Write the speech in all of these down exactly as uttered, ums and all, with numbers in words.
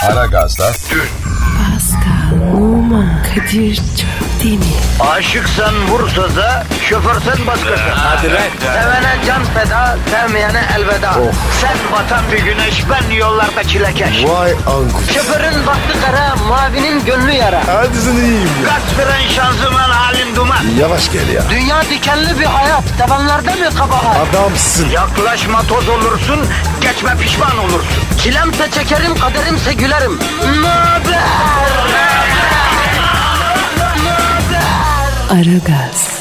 Aragaz'da Pascal, Oman, Kadir çok değil mi? Aşıksan vursa da, şoförsen başkasın. Hadi lan. Sevene can feda, sevmeyene elveda. Oh. Sen batan bir güneş, ben yollarda çilekeş. vay anku. Şoförün baktı kara, mavinin gönlü yara. Hadi sen iyiyim ya. Kasperen şanzıman halin duman. Yavaş gel ya. Dünya dikenli bir hayat, sevenlerde mi kabahar? Adamsın. Yaklaşma toz olursun, geçme pişman olursun. Çilemse çekerim, kaderimse gülerim. Möber! Aragaz.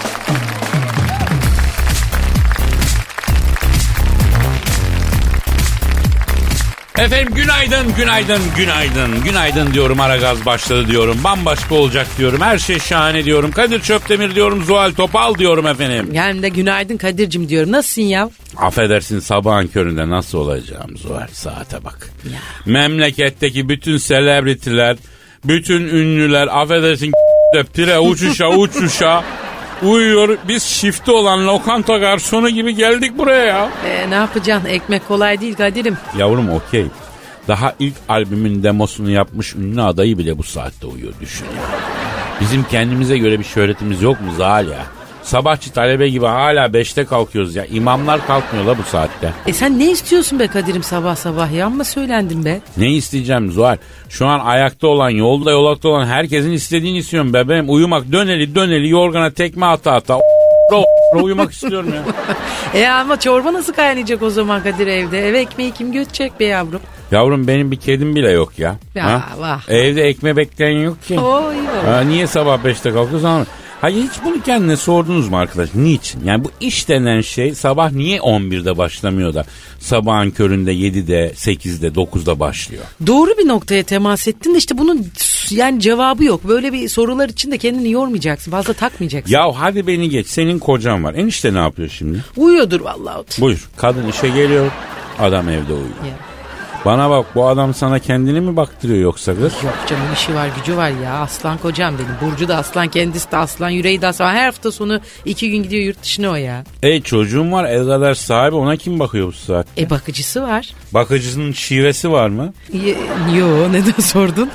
Efendim günaydın, günaydın, günaydın. Günaydın diyorum, Aragaz başladı diyorum. Bambaşka olacak diyorum. Her şey şahane diyorum. Kadir Çöptemir diyorum. Zuhal Topal diyorum efendim. Yani de günaydın Kadir'cim diyorum. Nasılsın ya? Affedersin, sabahın köründe nasıl olacağım Zuhal, saate bak. Ya. Memleketteki bütün selebritiler, bütün ünlüler, affedersin pire uçuşa uçuşa uyuyor. Biz şifte olan lokanta garsonu gibi geldik buraya ya. Ee, ne yapacaksın? Ekmek kolay değil Kadir'im. Yavrum okey. Daha ilk albümün demosunu yapmış ünlü adayı bile bu saatte uyuyor, düşün ya. Bizim kendimize göre bir şöhretimiz yok mu Zal ya? Sabahçı talebe gibi hala beşte kalkıyoruz ya. İmamlar kalkmıyor la bu saatte. E sen ne istiyorsun be Kadir'im sabah sabah ya? Amma söylendin be. Ne isteyeceğim Zuhal? Şu an ayakta olan, yolda yolakta olan herkesin istediğini istiyorum bebeğim. Uyumak, döneli döneli yorgana tekme ata ata o, o, uyumak istiyorum ya. E ama çorba nasıl kaynayacak o zaman Kadir evde? Eve ekmeği kim götürecek be yavrum? Yavrum benim bir kedim bile yok ya. Ya Ha? vah. Evde ekmeği bekleyen yok ki. Oy oy. Ha, niye sabah beşte kalkıyorsun? Hayır, hiç bunu kendine sordunuz mu arkadaş? Niçin? Yani bu iş denen şey sabah niye on birde başlamıyor da sabahın köründe yedide, sekizde, dokuzda başlıyor? Doğru bir noktaya temas ettin de işte bunun yani cevabı yok. Böyle bir sorular için de kendini yormayacaksın. Fazla takmayacaksın. Ya hadi beni geç. Senin kocan var. Enişte ne yapıyor şimdi? Uyuyordur vallahi. Buyur. Kadın işe geliyor. Adam evde uyuyor. Ya. Bana bak, bu adam sana kendini mi baktırıyor yoksa kız? Yok canım, işi var gücü var ya. Aslan kocam benim. Burcu da aslan, kendisi de aslan, yüreği de aslan. Her hafta sonu iki gün gidiyor yurt dışına o ya. E çocuğum var, el kadar sahibi, ona kim bakıyor bu saatte? E bakıcısı var. Bakıcısının şivesi var mı? Y- Yo neden sordun?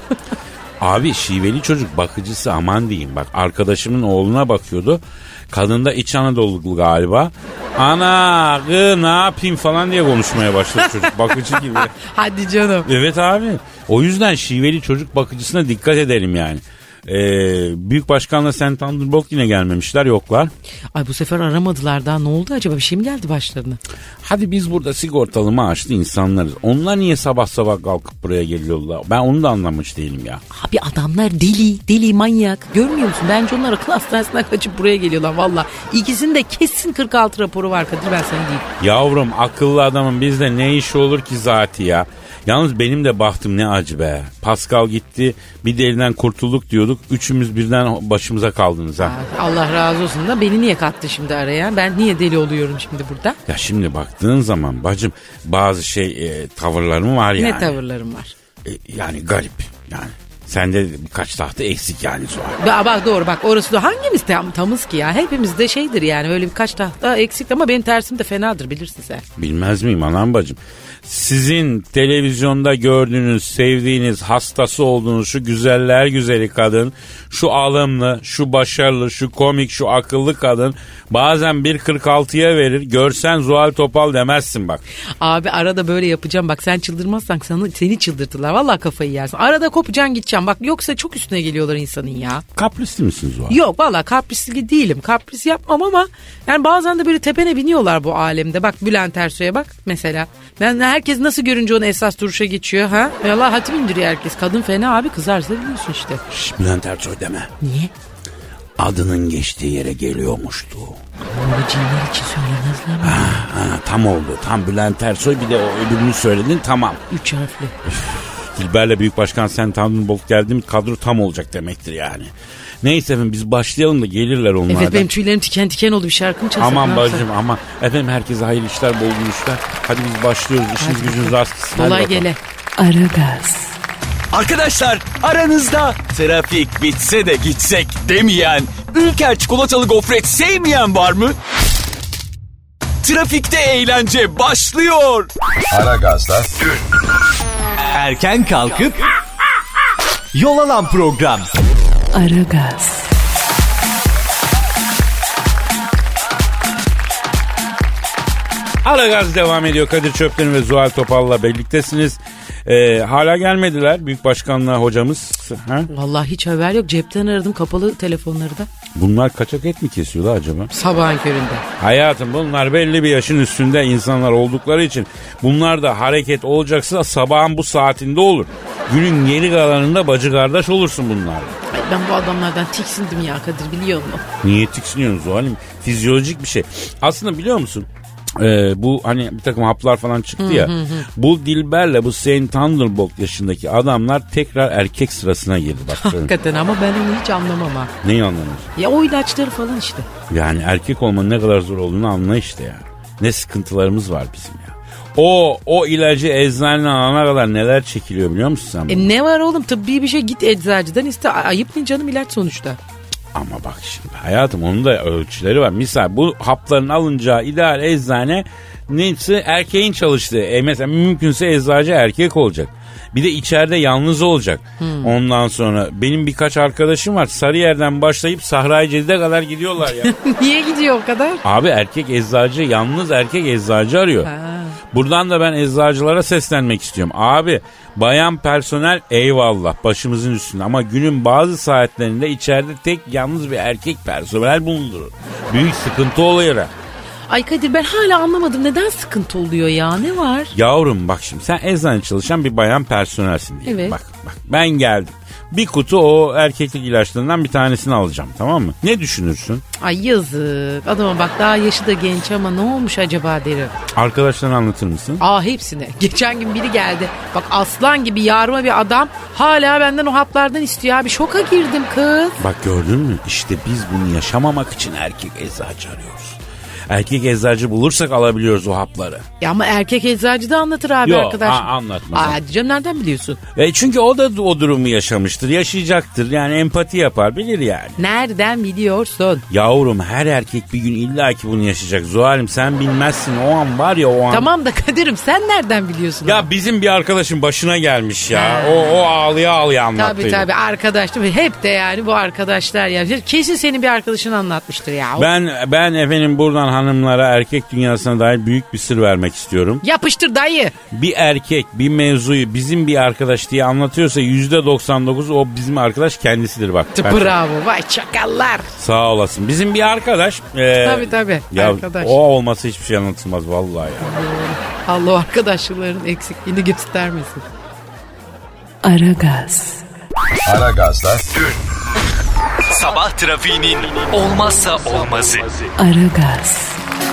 Abi şiveli çocuk bakıcısı, aman diyeyim. Bak arkadaşımın oğluna bakıyordu. Kadın da İç Anadolu galiba. Ana gı ne yapayım falan diye konuşmaya başladı çocuk, bakıcı gibi. Hadi canım. Evet abi. O yüzden şiveli çocuk bakıcısına dikkat edelim yani. Ee, Büyük Başkan'la Sen Thunderbolt yine gelmemişler, yoklar. Ay bu sefer aramadılar daha, ne oldu acaba, bir şey mi geldi başlarına? Hadi biz burada sigortalı maaşlı insanlarız. Onlar niye sabah sabah kalkıp buraya geliyorlar? Ben onu da anlamış değilim ya. Abi adamlar deli, deli manyak. Görmüyor musun? Bence onlar akıl hastanesinden kaçıp buraya geliyorlar valla. İkisinin de kesin kırk altı raporu var Kadir, ben sana diyeyim. Yavrum akıllı adamın bizde ne işi olur ki zati ya? Yalnız benim de bahtım ne acı be. Pascal gitti, bir deliden kurtulduk diyorduk. Üçümüz birden başımıza kaldınız ha. Allah razı olsun da beni niye kattı şimdi araya? Ben niye deli oluyorum şimdi burada? Ya şimdi baktığın zaman bacım bazı şey e, tavırlarım var yani. Ne tavırlarım var? E, yani garip yani. Sende birkaç tahta eksik yani Zuhal. Ba- bak doğru, bak orası da hangimiz tam, tamız ki ya? Hepimiz de şeydir yani, öyle birkaç tahta eksik ama benim tersim de fenadır, bilirsin sen. Bilmez miyim anam bacım? Sizin televizyonda gördüğünüz, sevdiğiniz, hastası olduğunuz şu güzeller güzeli kadın, şu alımlı, şu başarılı, şu komik, şu akıllı kadın bazen bir kırk altıya verir. Görsen Zuhal Topal demezsin bak. Abi arada böyle yapacağım, bak sen çıldırmazsan sana, seni çıldırtırlar. Vallahi kafayı yersin. Arada kopacaksın gideceğim bak, yoksa çok üstüne geliyorlar insanın ya. Kaprisli misin Zuhal? Yok vallahi kaprisli değilim. Kapris yapmam ama yani bazen de böyle tepene biniyorlar bu alemde. Bak Bülent Ersoy'a bak mesela. Ben herkes nasıl görünce onu esas duruşa geçiyor ha? Vallahi hatim indiriyor herkes. Kadın fena abi, kızarsa biliyorsun işte. Şş, Bülent Ersoy deme. Niye? Adının geçtiği yere geliyormuştu. Onu cinler için söylemezler mi? Ha, ha, tam oldu. Tam Bülent Ersoy, bir de o öbürünü söyledin, tamam. Üç harfli. Dilber'le Büyük Başkan Sen Thunderbolt geldi mi kadro tam olacak demektir yani. Neyse efendim biz başlayalım da gelirler onlar Evet da. benim tüylerim tiken tiken oldu, bir şarkım çalsın. Aman bacım aman. Efendim herkese hayırlı işler, bol gülüşler. Hadi biz başlıyoruz. İşiniz gücünüz rast gitsin. Kolay gele. Aragaz. Arkadaşlar aranızda trafik bitse de gitsek demeyen, Ülker çikolatalı gofret sevmeyen var mı? Trafikte eğlence başlıyor. Aragaz'da Erken kalkıp yol alan program. Aragaz. Aragaz devam ediyor. Kadir Çöpten ve Zuhal Topal'la birliktesiniz. Ee, hala gelmediler Büyük Başkanlığa hocamız. Ha? Vallahi hiç haber yok. Cepten aradım, kapalı telefonları da. Bunlar kaçak et mi kesiyorlar acaba? Sabahın köründe. Hayatım, bunlar belli bir yaşın üstünde insanlar oldukları için bunlar da hareket olacaksa sabahın bu saatinde olur. Günün geri kalanında bacı kardeş olursun bunlarla. Ay ben bu adamlardan tiksindim ya Kadir, biliyor musun? Niye tiksiniyorsun Zuhal'im? Fizyolojik bir şey. Aslında biliyor musun? Ee, bu hani bir takım haplar falan çıktı ya. Hı hı hı. Bu Dilber'le bu Saint Thunderbolt yaşındaki adamlar tekrar erkek sırasına girdi. Bak, hakikaten ama ben onu hiç anlamam ha. Neyi anlamıyorsun? Ya o ilaçları falan işte. Yani erkek olmanın ne kadar zor olduğunu anla işte ya. Ne sıkıntılarımız var bizim ya. O o ilacı eczaneden alana kadar neler çekiliyor biliyor musun sen? E ne var oğlum, tıbbi bir şey, git eczacıdan iste. Ayıp mı canım, ilaç sonuçta. Ama bak şimdi hayatım, onun da ölçüleri var. Misal bu hapların alınacağı ideal eczane neyse erkeğin çalıştığı. E mesela mümkünse eczacı erkek olacak. Bir de içeride yalnız olacak. Hmm. Ondan sonra benim birkaç arkadaşım var. Sarıyer'den başlayıp Sahra-i Cedid'e kadar gidiyorlar ya. Niye gidiyor o kadar? Abi erkek eczacı, yalnız erkek eczacı arıyor. Ha. Buradan da ben eczacılara seslenmek istiyorum. Abi bayan personel eyvallah başımızın üstünde ama günün bazı saatlerinde içeride tek yalnız bir erkek personel bulundurur. Büyük sıkıntı oluyor. Ay Kadir, ben hala anlamadım, neden sıkıntı oluyor ya, ne var? Yavrum bak şimdi, sen eczane çalışan bir bayan personelsin diye. Evet. Bak bak ben geldim. Bir kutu o erkeklik ilaçlarından bir tanesini alacağım, tamam mı? Ne düşünürsün? Ay yazık. Adama bak, daha yaşı da genç ama ne olmuş acaba derim. Arkadaşlarına anlatır mısın? Aa hepsine. Geçen gün biri geldi. Bak aslan gibi yarma bir adam hala benden o haplardan istiyor abi. Şoka girdim kız. Bak gördün mü? İşte biz bunu yaşamamak için erkek eczacı arıyoruz. Erkek eczacı bulursak alabiliyoruz o hapları. Ya ama erkek eczacı da anlatır abi. Yok, arkadaş. Yok anlatmaz. Aa diyeceğim, nereden biliyorsun? E çünkü o da o durumu yaşamıştır, yaşayacaktır. Yani empati yapar, bilir yani. Nereden biliyorsun? Yavrum her erkek bir gün illaki bunu yaşayacak. Zuhal'im sen bilmezsin, o an var ya o an. Tamam da Kadir'im sen nereden biliyorsun? Ya bizim bir arkadaşın başına gelmiş ya. O, o ağlıya ağlıya anlattı. Tabii tabii arkadaş değil mi? Hep de yani bu arkadaşlar ya. Kesin senin bir arkadaşın anlatmıştır ya. Ben ben efendim buradan hanımlara erkek dünyasına dair büyük bir sır vermek istiyorum. Yapıştır dayı. Bir erkek bir mevzuyu bizim bir arkadaş diye anlatıyorsa yüzde doksan dokuz o bizim arkadaş kendisidir bak. Bravo, vay çakallar. Sağ olasın. Bizim bir arkadaş. E, tabii tabii ya, arkadaş. O olmasa hiçbir şey anlatılmaz vallahi ya. Allah o arkadaşların eksikliğini göstermesin. Aragaz. Aragaz'da Sabah trafiğinin olmazsa olmazı. Aragaz.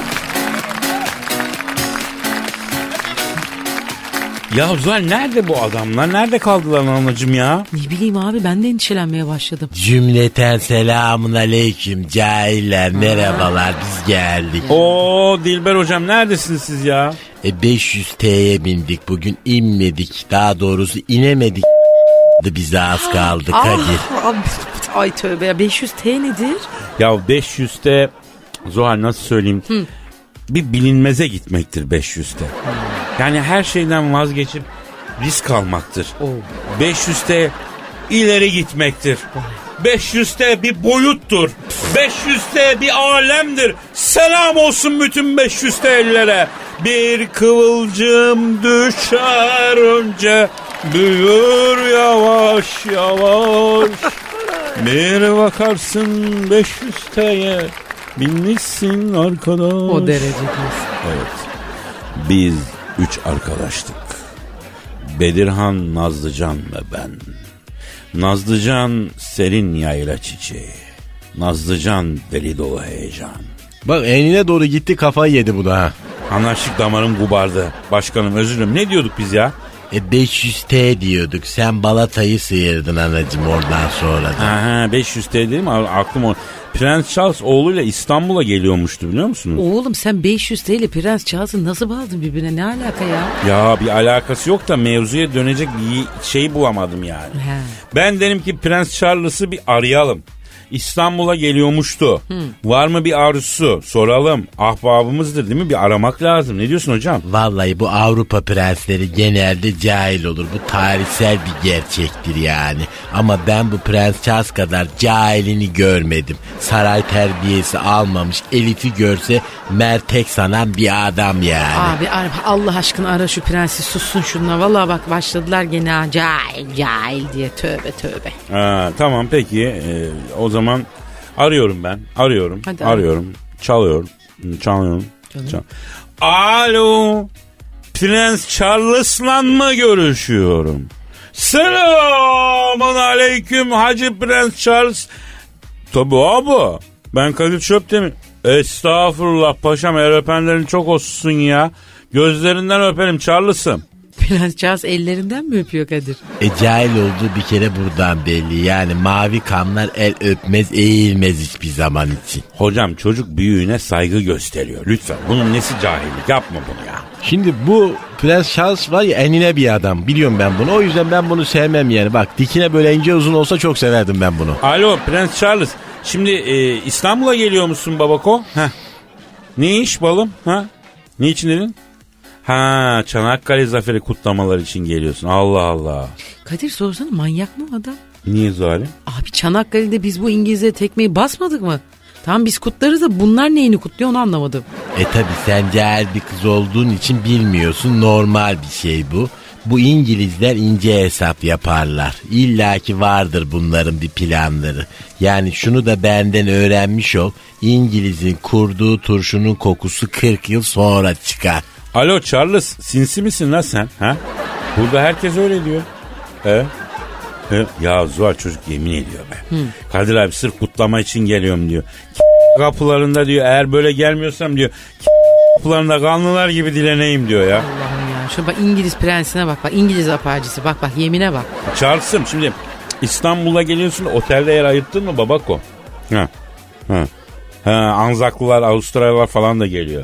Ya Zuhal nerede bu adamlar? Nerede kaldılar anacığım ya? Ne bileyim abi, ben de endişelenmeye başladım. Cümleten selamun aleyküm cahiller, merhabalar, biz geldik. Oo Dilber hocam, neredesiniz siz ya? E beş yüz T'ye bindik bugün, inmedik, daha doğrusu inemedik. Bize az kaldı Kadir. Ah, ay tövbe ya, beş yüz T nedir? Ya beş yüz T Zuhal nasıl söyleyeyim? Hı. Bir bilinmeze gitmektir beş yüz T. Yani her şeyden vazgeçip risk almaktır. Oh. beş yüz T ileri gitmektir. beş yüz T bir boyuttur. beş yüz T bir alemdir. Selam olsun bütün beş yüz T'lilere. Bir kıvılcım düşer önce, büyür yavaş yavaş. Bir bakarsın beş yüz T'ye binmişsin arkadaş. O derece diyorsun. Evet. Biz üç arkadaştık. Bedirhan, Nazlıcan ve ben. Nazlıcan serin yayla çiçeği. Nazlıcan deli dolu heyecan. Bak enine doğru gitti, kafayı yedi bu da ha. Anarşik damarım kubardı. Başkanım özür dilerim. Ne diyorduk biz ya? E beş yüz T diyorduk. Sen balatayı sıyırdın anacığım oradan sonra da. Ha, beş yüz T dedim mi? Aklım o. Prens Charles oğluyla İstanbul'a geliyormuştu, biliyor musunuz? Oğlum sen beş yüz T ile Prens Charles'ı nasıl bağladın birbirine? Ne alaka ya? Ya bir alakası yok da mevzuya dönecek bir şey bulamadım yani. He. Ben dedim ki Prens Charles'ı bir arayalım. İstanbul'a geliyormuştu. Hmm. Var mı bir arzusu? Soralım. Ahbabımızdır değil mi? Bir aramak lazım. Ne diyorsun hocam? Vallahi bu Avrupa prensleri genelde cahil olur. Bu tarihsel bir gerçektir yani. Ama ben bu Prens Charles kadar cahilini görmedim. Saray terbiyesi almamış, Elif'i görse mertek sanan bir adam yani. Abi Allah aşkına ara şu prensi, sussun şununla. Vallahi bak başladılar gene ha. Cahil cahil diye, tövbe tövbe. Ha, tamam peki ee, o zaman arıyorum ben. Arıyorum. Hadi arıyorum. Abi. Çalıyorum. Çalıyorum. Çal. Alo. Prens Charles'la mı görüşüyorum? Selamun aleyküm Hacı Prens Charles. Tabii abi. Ben Kadir Çöptemir. Estağfurullah paşam, el öpenlerin çok olsun ya. Gözlerinden öperim Charles'ım. Prens Charles ellerinden mi öpüyor Kadir? E cahil olduğu bir kere buradan belli. Yani mavi kanlar el öpmez, eğilmez hiçbir zaman için. Hocam çocuk büyüğüne saygı gösteriyor. Lütfen bunun nesi cahillik, yapma bunu ya. Şimdi bu Prens Charles var ya, enine bir adam. Biliyorum ben bunu. O yüzden ben bunu sevmem yani. Bak dikine böyle ince uzun olsa çok severdim ben bunu. Alo Prens Charles. Şimdi e, İstanbul'a geliyor musun babako? Heh. Ne iş balım? Ha? Niçin dedin? Ha, Çanakkale Zaferi kutlamaları için geliyorsun. Allah Allah. Kadir sorsana, manyak mı adam? Niye zalim? Abi Çanakkale'de biz bu İngiliz'e tekmeyi basmadık mı? Tamam biz kutlarız da bunlar neyini kutluyor onu anlamadım. E tabi sen cahil bir kız olduğun için bilmiyorsun, normal bir şey bu. Bu İngilizler ince hesap yaparlar. İlla ki vardır bunların bir planları. Yani şunu da benden öğrenmiş ol. İngiliz'in kurduğu turşunun kokusu kırk yıl sonra çıkar. Alo Charles, sinsi misin lan sen? Ha? Burada herkes öyle diyor. He? He? Ya Zuhal çocuk yemin ediyor be. Hı. Kadir abi sırf kutlama için geliyorum diyor. Kapılarında diyor, eğer böyle gelmiyorsam diyor kapılarında kanlılar gibi dileneyim diyor ya. Allah'ım ya. Şu bak İngiliz prensine bak bak. İngiliz apacısı bak bak yemine bak. Charles'ım şimdi İstanbul'a geliyorsun, otelde yer ayırttın mı babako? Ha. Ha. Ha, Anzaklılar, Avustralyalılar falan da geliyor.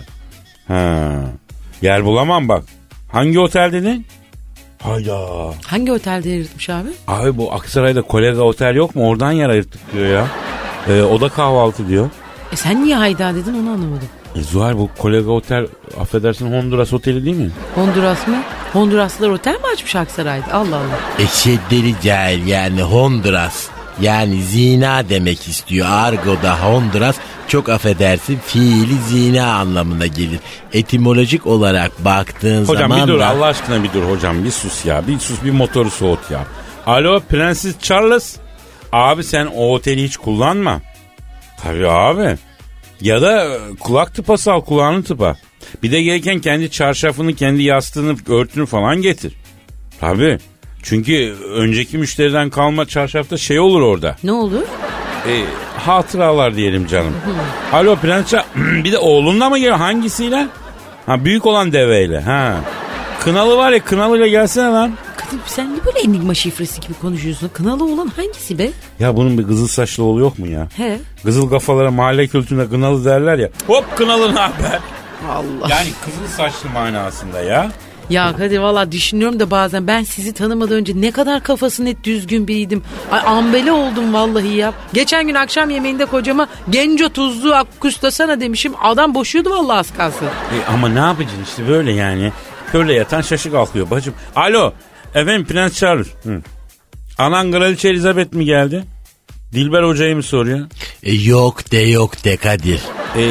Ha. Yer bulamam bak. Hangi otel dedin? Hayda. Hangi otelde ayırtmış abi? Abi bu Aksaray'da Kolega Otel yok mu? Oradan yer ayırttık diyor ya. Ee, o da kahvaltı diyor. E sen niye hayda dedin onu anlamadım. E Zuhal bu Kolega Otel affedersin Honduras Oteli değil mi? Honduras mı? Honduraslılar otel mi açmış Aksaray'da? Allah Allah. Eşeddeli cahil yani Honduras. Yani zina demek istiyor. Argo'da Honduras çok affedersin fiili zina anlamına gelir. Etimolojik olarak baktığın hocam, zaman Hocam bir dur da... Allah aşkına bir dur hocam, bir sus ya. Bir sus, bir motoru soğut ya. Alo Prenses Charles. Abi sen o oteli hiç kullanma. Tabii abi. Ya da kulak tıpası al, kulağını tıpa. Bir de gereken kendi çarşafını, kendi yastığını, örtünü falan getir. Tabii. Çünkü önceki müşteriden kalma çarşafta şey olur orada. Ne olur? E, hatıralar diyelim canım. Alo Prens bir de oğlunla mı geliyor? Hangisiyle? Ha, büyük olan deveyle. Ha. Kınalı var ya, Kınalıyla gelsene lan. Kadın sen niye böyle enigma şifresi gibi konuşuyorsun? Kınalı olan hangisi be? Ya bunun bir kızıl saçlı oğlu yok mu ya? He. Kızıl kafalara mahalle kültüründe Kınalı derler ya. Hop Kınalı ne haber? Allah. Yani kızıl saçlı manasında ya. Ya Kadir valla düşünüyorum da bazen ben sizi tanımadan önce ne kadar kafası net düzgün biriydim. Ay ambele oldum vallahi ya. Geçen gün akşam yemeğinde kocama genco tuzlu akkustasana demişim. Adam boşuyordu vallahi az kalsın. E, ama ne yapacaksın işte böyle yani. Körle yatan şaşı kalkıyor bacım. Alo efendim Prens Charles. Hı. Anan Kraliçe Elizabeth mi geldi? Dilber Hoca'yı mı soruyor? E, yok de yok de Kadir. E,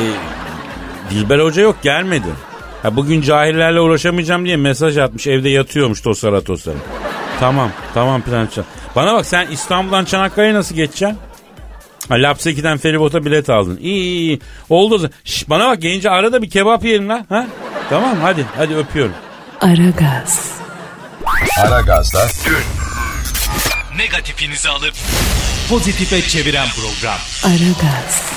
Dilber Hoca yok, gelmedi. Ha, bugün cahillerle uğraşamayacağım diye mesaj atmış, evde yatıyormuş tosara tosara. Tamam tamam Prens Charles. Bana bak sen İstanbul'dan Çanakkale'ye nasıl geçeceksin? Ha, Lapseki'den feribota bilet aldın. İyi iyi iyi. Oldu. Şş, bana bak gelince arada bir kebap yiyelim lan. Ha? Tamam hadi hadi öpüyorum. Aragaz. Aragaz'da Negatifinizi alıp pozitife çeviren program. Aragaz.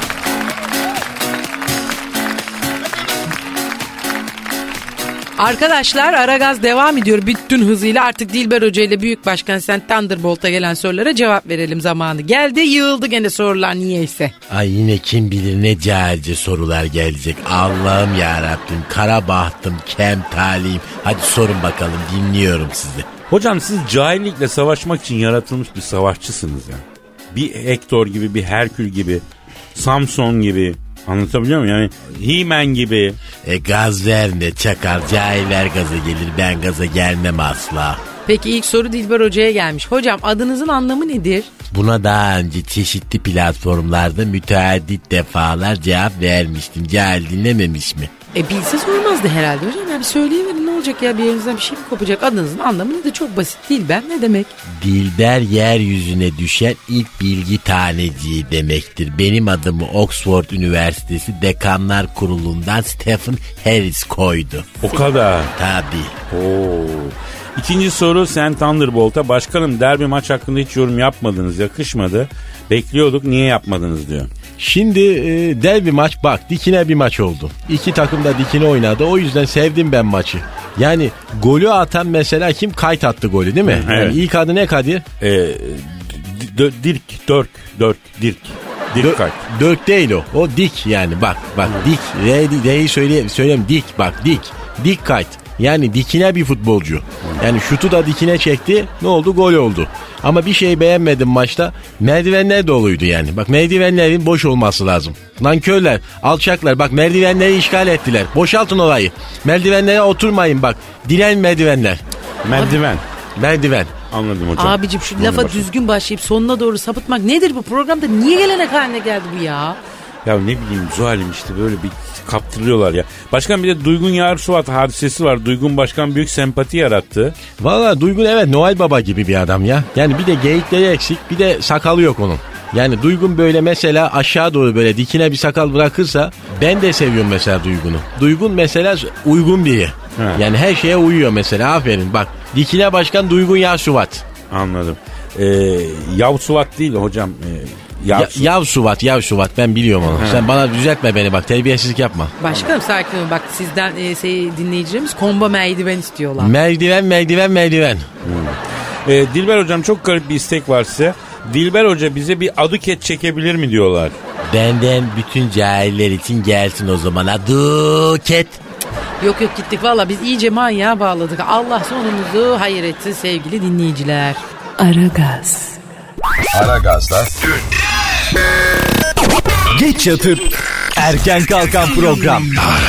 Arkadaşlar Aragaz devam ediyor bütün hızıyla. Artık Dilber Hoca ile Büyük Başkan Sen Thunderbolt'a gelen sorulara cevap verelim zamanı. Geldi, yığıldı gene sorular niyeyse. Ay yine kim bilir ne cahilce sorular gelecek. Allah'ım yarabbim, kara bahtım, kem talihim. Hadi sorun bakalım, dinliyorum sizi. Hocam siz cahillikle savaşmak için yaratılmış bir savaşçısınız ya. bir Hector gibi, bir Herkül gibi, Samson gibi, anlatabiliyor muyum? Yani He-Man gibi. E gaz verme çakal, cahiller gaza gelir, ben gaza gelmem asla. Peki ilk soru Dilber Hoca'ya gelmiş. Hocam adınızın anlamı nedir? Buna daha önce çeşitli platformlarda müteaddit defalar cevap vermiştim. Cahil dinlememiş mi? E bilse sormazdı herhalde hocam. Ya bir söyleyiverin, ne olacak ya, bir yerinizden bir şey mi kopacak? Adınızın anlamı nedir? Çok basit değil, ben ne demek? Dilber yeryüzüne düşen ilk bilgi taneciği demektir. Benim adımı Oxford Üniversitesi Dekanlar Kurulu'ndan Stephen Harris koydu. O kadar. Tabii. Oo. İkinci soru Sen Thunderbolt'a. Başkanım, derbi maç hakkında hiç yorum yapmadınız, yakışmadı. Bekliyorduk, niye yapmadınız diyor. Şimdi e, derbi maç bak dikine bir maç oldu. İki takım da dikine oynadı. O yüzden sevdim ben maçı. Yani golü atan mesela kim? Kayt attı golü değil mi? Evet. Yani ilk adı ne Kadir? Ee, d- Dirk, Dörk, Dörk, Dirk. Dirk Dö- Kayt. Dörk değil o. O dik yani bak bak dik. R'yi R'yi söyleyeyim, söyleyeyim dik bak dik. Dik Kayt. Yani dikine bir futbolcu. Yani şutu da dikine çekti. Ne oldu? Gol oldu. Ama bir şey beğenmedim maçta. Merdivenler doluydu yani. Bak merdivenlerin boş olması lazım. Nankörler, alçaklar. Bak merdivenleri işgal ettiler. Boşaltın orayı. Merdivenlere oturmayın bak. Diren merdivenler. Merdiven. Merdiven. Anladım hocam. Abicim şu Anladım lafa başım. düzgün başlayıp sonuna doğru sapıtmak nedir bu programda? Niye gelenek haline geldi bu ya? Ya ne bileyim Zuhal'im işte böyle bir kaptırıyorlar ya. Başkan bir de Duygun Yarsuvat hadisesi var. Duygun Başkan büyük sempati yarattı. Valla Duygun evet Noel Baba gibi bir adam ya. Yani bir de geyikleri eksik, bir de sakalı yok onun. Yani Duygun böyle mesela aşağı doğru böyle dikine bir sakal bırakırsa ben de seviyorum mesela Duygun'u. Duygun mesela uygun biri. He. Yani her şeye uyuyor mesela, aferin bak. Dikine Başkan Duygun Yarsuvat. Anladım. Ee, Yavsuvat değil hocam. Ee, Ya, Yavsu. Yavsuvat, Yavsuvat ben biliyorum onu. He. Sen bana düzeltme beni bak, terbiyesizlik yapma. Başkanım sakin olun, bak sizden e, şey, dinleyicilerimiz komba merdiven istiyorlar. Merdiven, merdiven, merdiven. Ee, Dilber hocam çok garip bir istek var size. Dilber Hoca bize bir aduket çekebilir mi diyorlar. Benden bütün cahiller için gelsin o zaman. Aduket. Yok yok gittik valla, biz iyice manyağa bağladık. Allah sonumuzu hayır etsin sevgili dinleyiciler. Aragaz, Aragaz'da Geç yatıp erken kalkan program.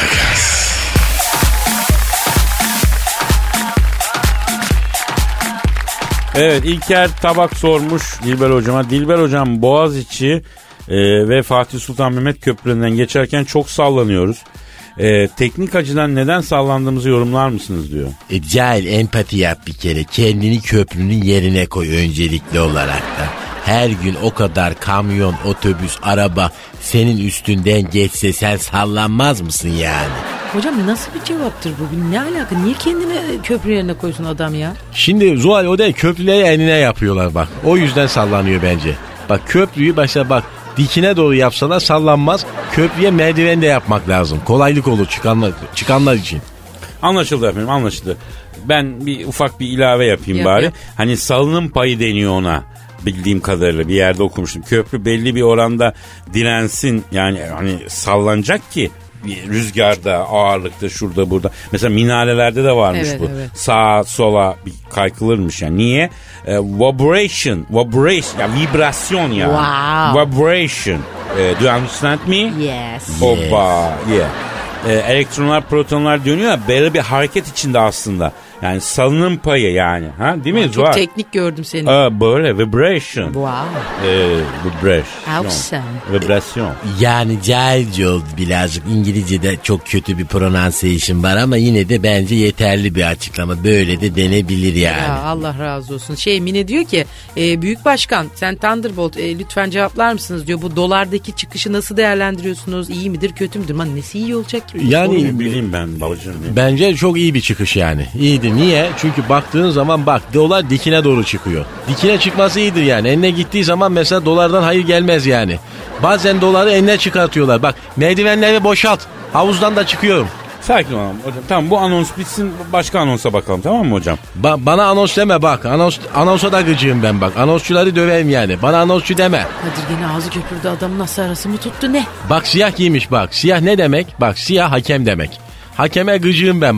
Evet, İlker Tabak sormuş Dilber hocama. Dilber hocam, Boğaziçi e, ve Fatih Sultan Mehmet Köprülerinden geçerken çok sallanıyoruz. E, teknik açıdan neden sallandığımızı yorumlar mısınız diyor. E, cahil empati yap bir kere. Kendini köprünün yerine koy öncelikli olarak da. Her gün o kadar kamyon, otobüs, araba senin üstünden geçse sen sallanmaz mısın yani? Hocam nasıl bir cevaptır bu? Ne alaka? Niye kendini köprü yerine koysun adam ya? Şimdi Zuhal o değil, köprüleri eline yapıyorlar bak. O yüzden sallanıyor bence. Bak köprüyü başta bak dikine doğru yapsalar sallanmaz. Köprüye merdiven de yapmak lazım. Kolaylık olur çıkanlar, çıkanlar için. Anlaşıldı efendim, anlaşıldı. Ben bir ufak bir ilave yapayım Yap, bari. yap. Hani salınım payı deniyor ona. Bildiğim kadarıyla bir yerde okumuştum. Köprü belli bir oranda dirensin, yani hani sallanacak ki bir rüzgarda, ağırlıkta, şurada burada. Mesela minarelerde de varmış Evet, bu. evet. Sağa sola bir kaykılırmış yani. Niye? E, vibration, vibration, ya vibrasyon ya. Wow. Vibration. E, do you understand me? Yes. Hoppa, yeah. E, elektronlar, protonlar dönüyor ya, belli bir hareket içinde aslında. Yani salınım payı yani. Ha, değil mi? Çok Zuhal? teknik gördüm seni. Aa, böyle vibration. Wow. Ee, vibration. Awesome. Vibrasyon. Yani cahilce oldu birazcık. İngilizce'de çok kötü bir pronunciation var ama yine de bence yeterli bir açıklama. Böyle de denebilir yani. Ya Allah razı olsun. Şey Mine diyor ki e, Büyük Başkan sen Thunderbolt e, lütfen cevaplar mısınız diyor. Bu dolardaki çıkışı nasıl değerlendiriyorsunuz? İyi midir kötü müdür? Man nesi iyi olacak ki? Yani Ne bileyim ben babacığım. Ne? bence çok iyi bir çıkış yani. İyidir. Niye? Çünkü baktığın zaman bak dolar dikine doğru çıkıyor. Dikine çıkması iyidir yani. Eline gittiği zaman mesela dolardan hayır gelmez yani. Bazen doları eline çıkartıyorlar. Bak merdivenleri boşalt. Havuzdan da çıkıyorum. Sakin olalım hocam. Tamam, bu anons bitsin, başka anonsa bakalım, tamam mı hocam? Ba- bana anons deme bak. Anons, anonsa da gıcığım ben bak. Anonsçuları döverim yani. Bana anonsçu deme. Kadir gene ağzı köpürdü, adamın nasıl arası mı tuttu ne? Bak siyah giymiş bak. Siyah ne demek? Bak siyah hakem demek. Hakeme gıcığım ben bak.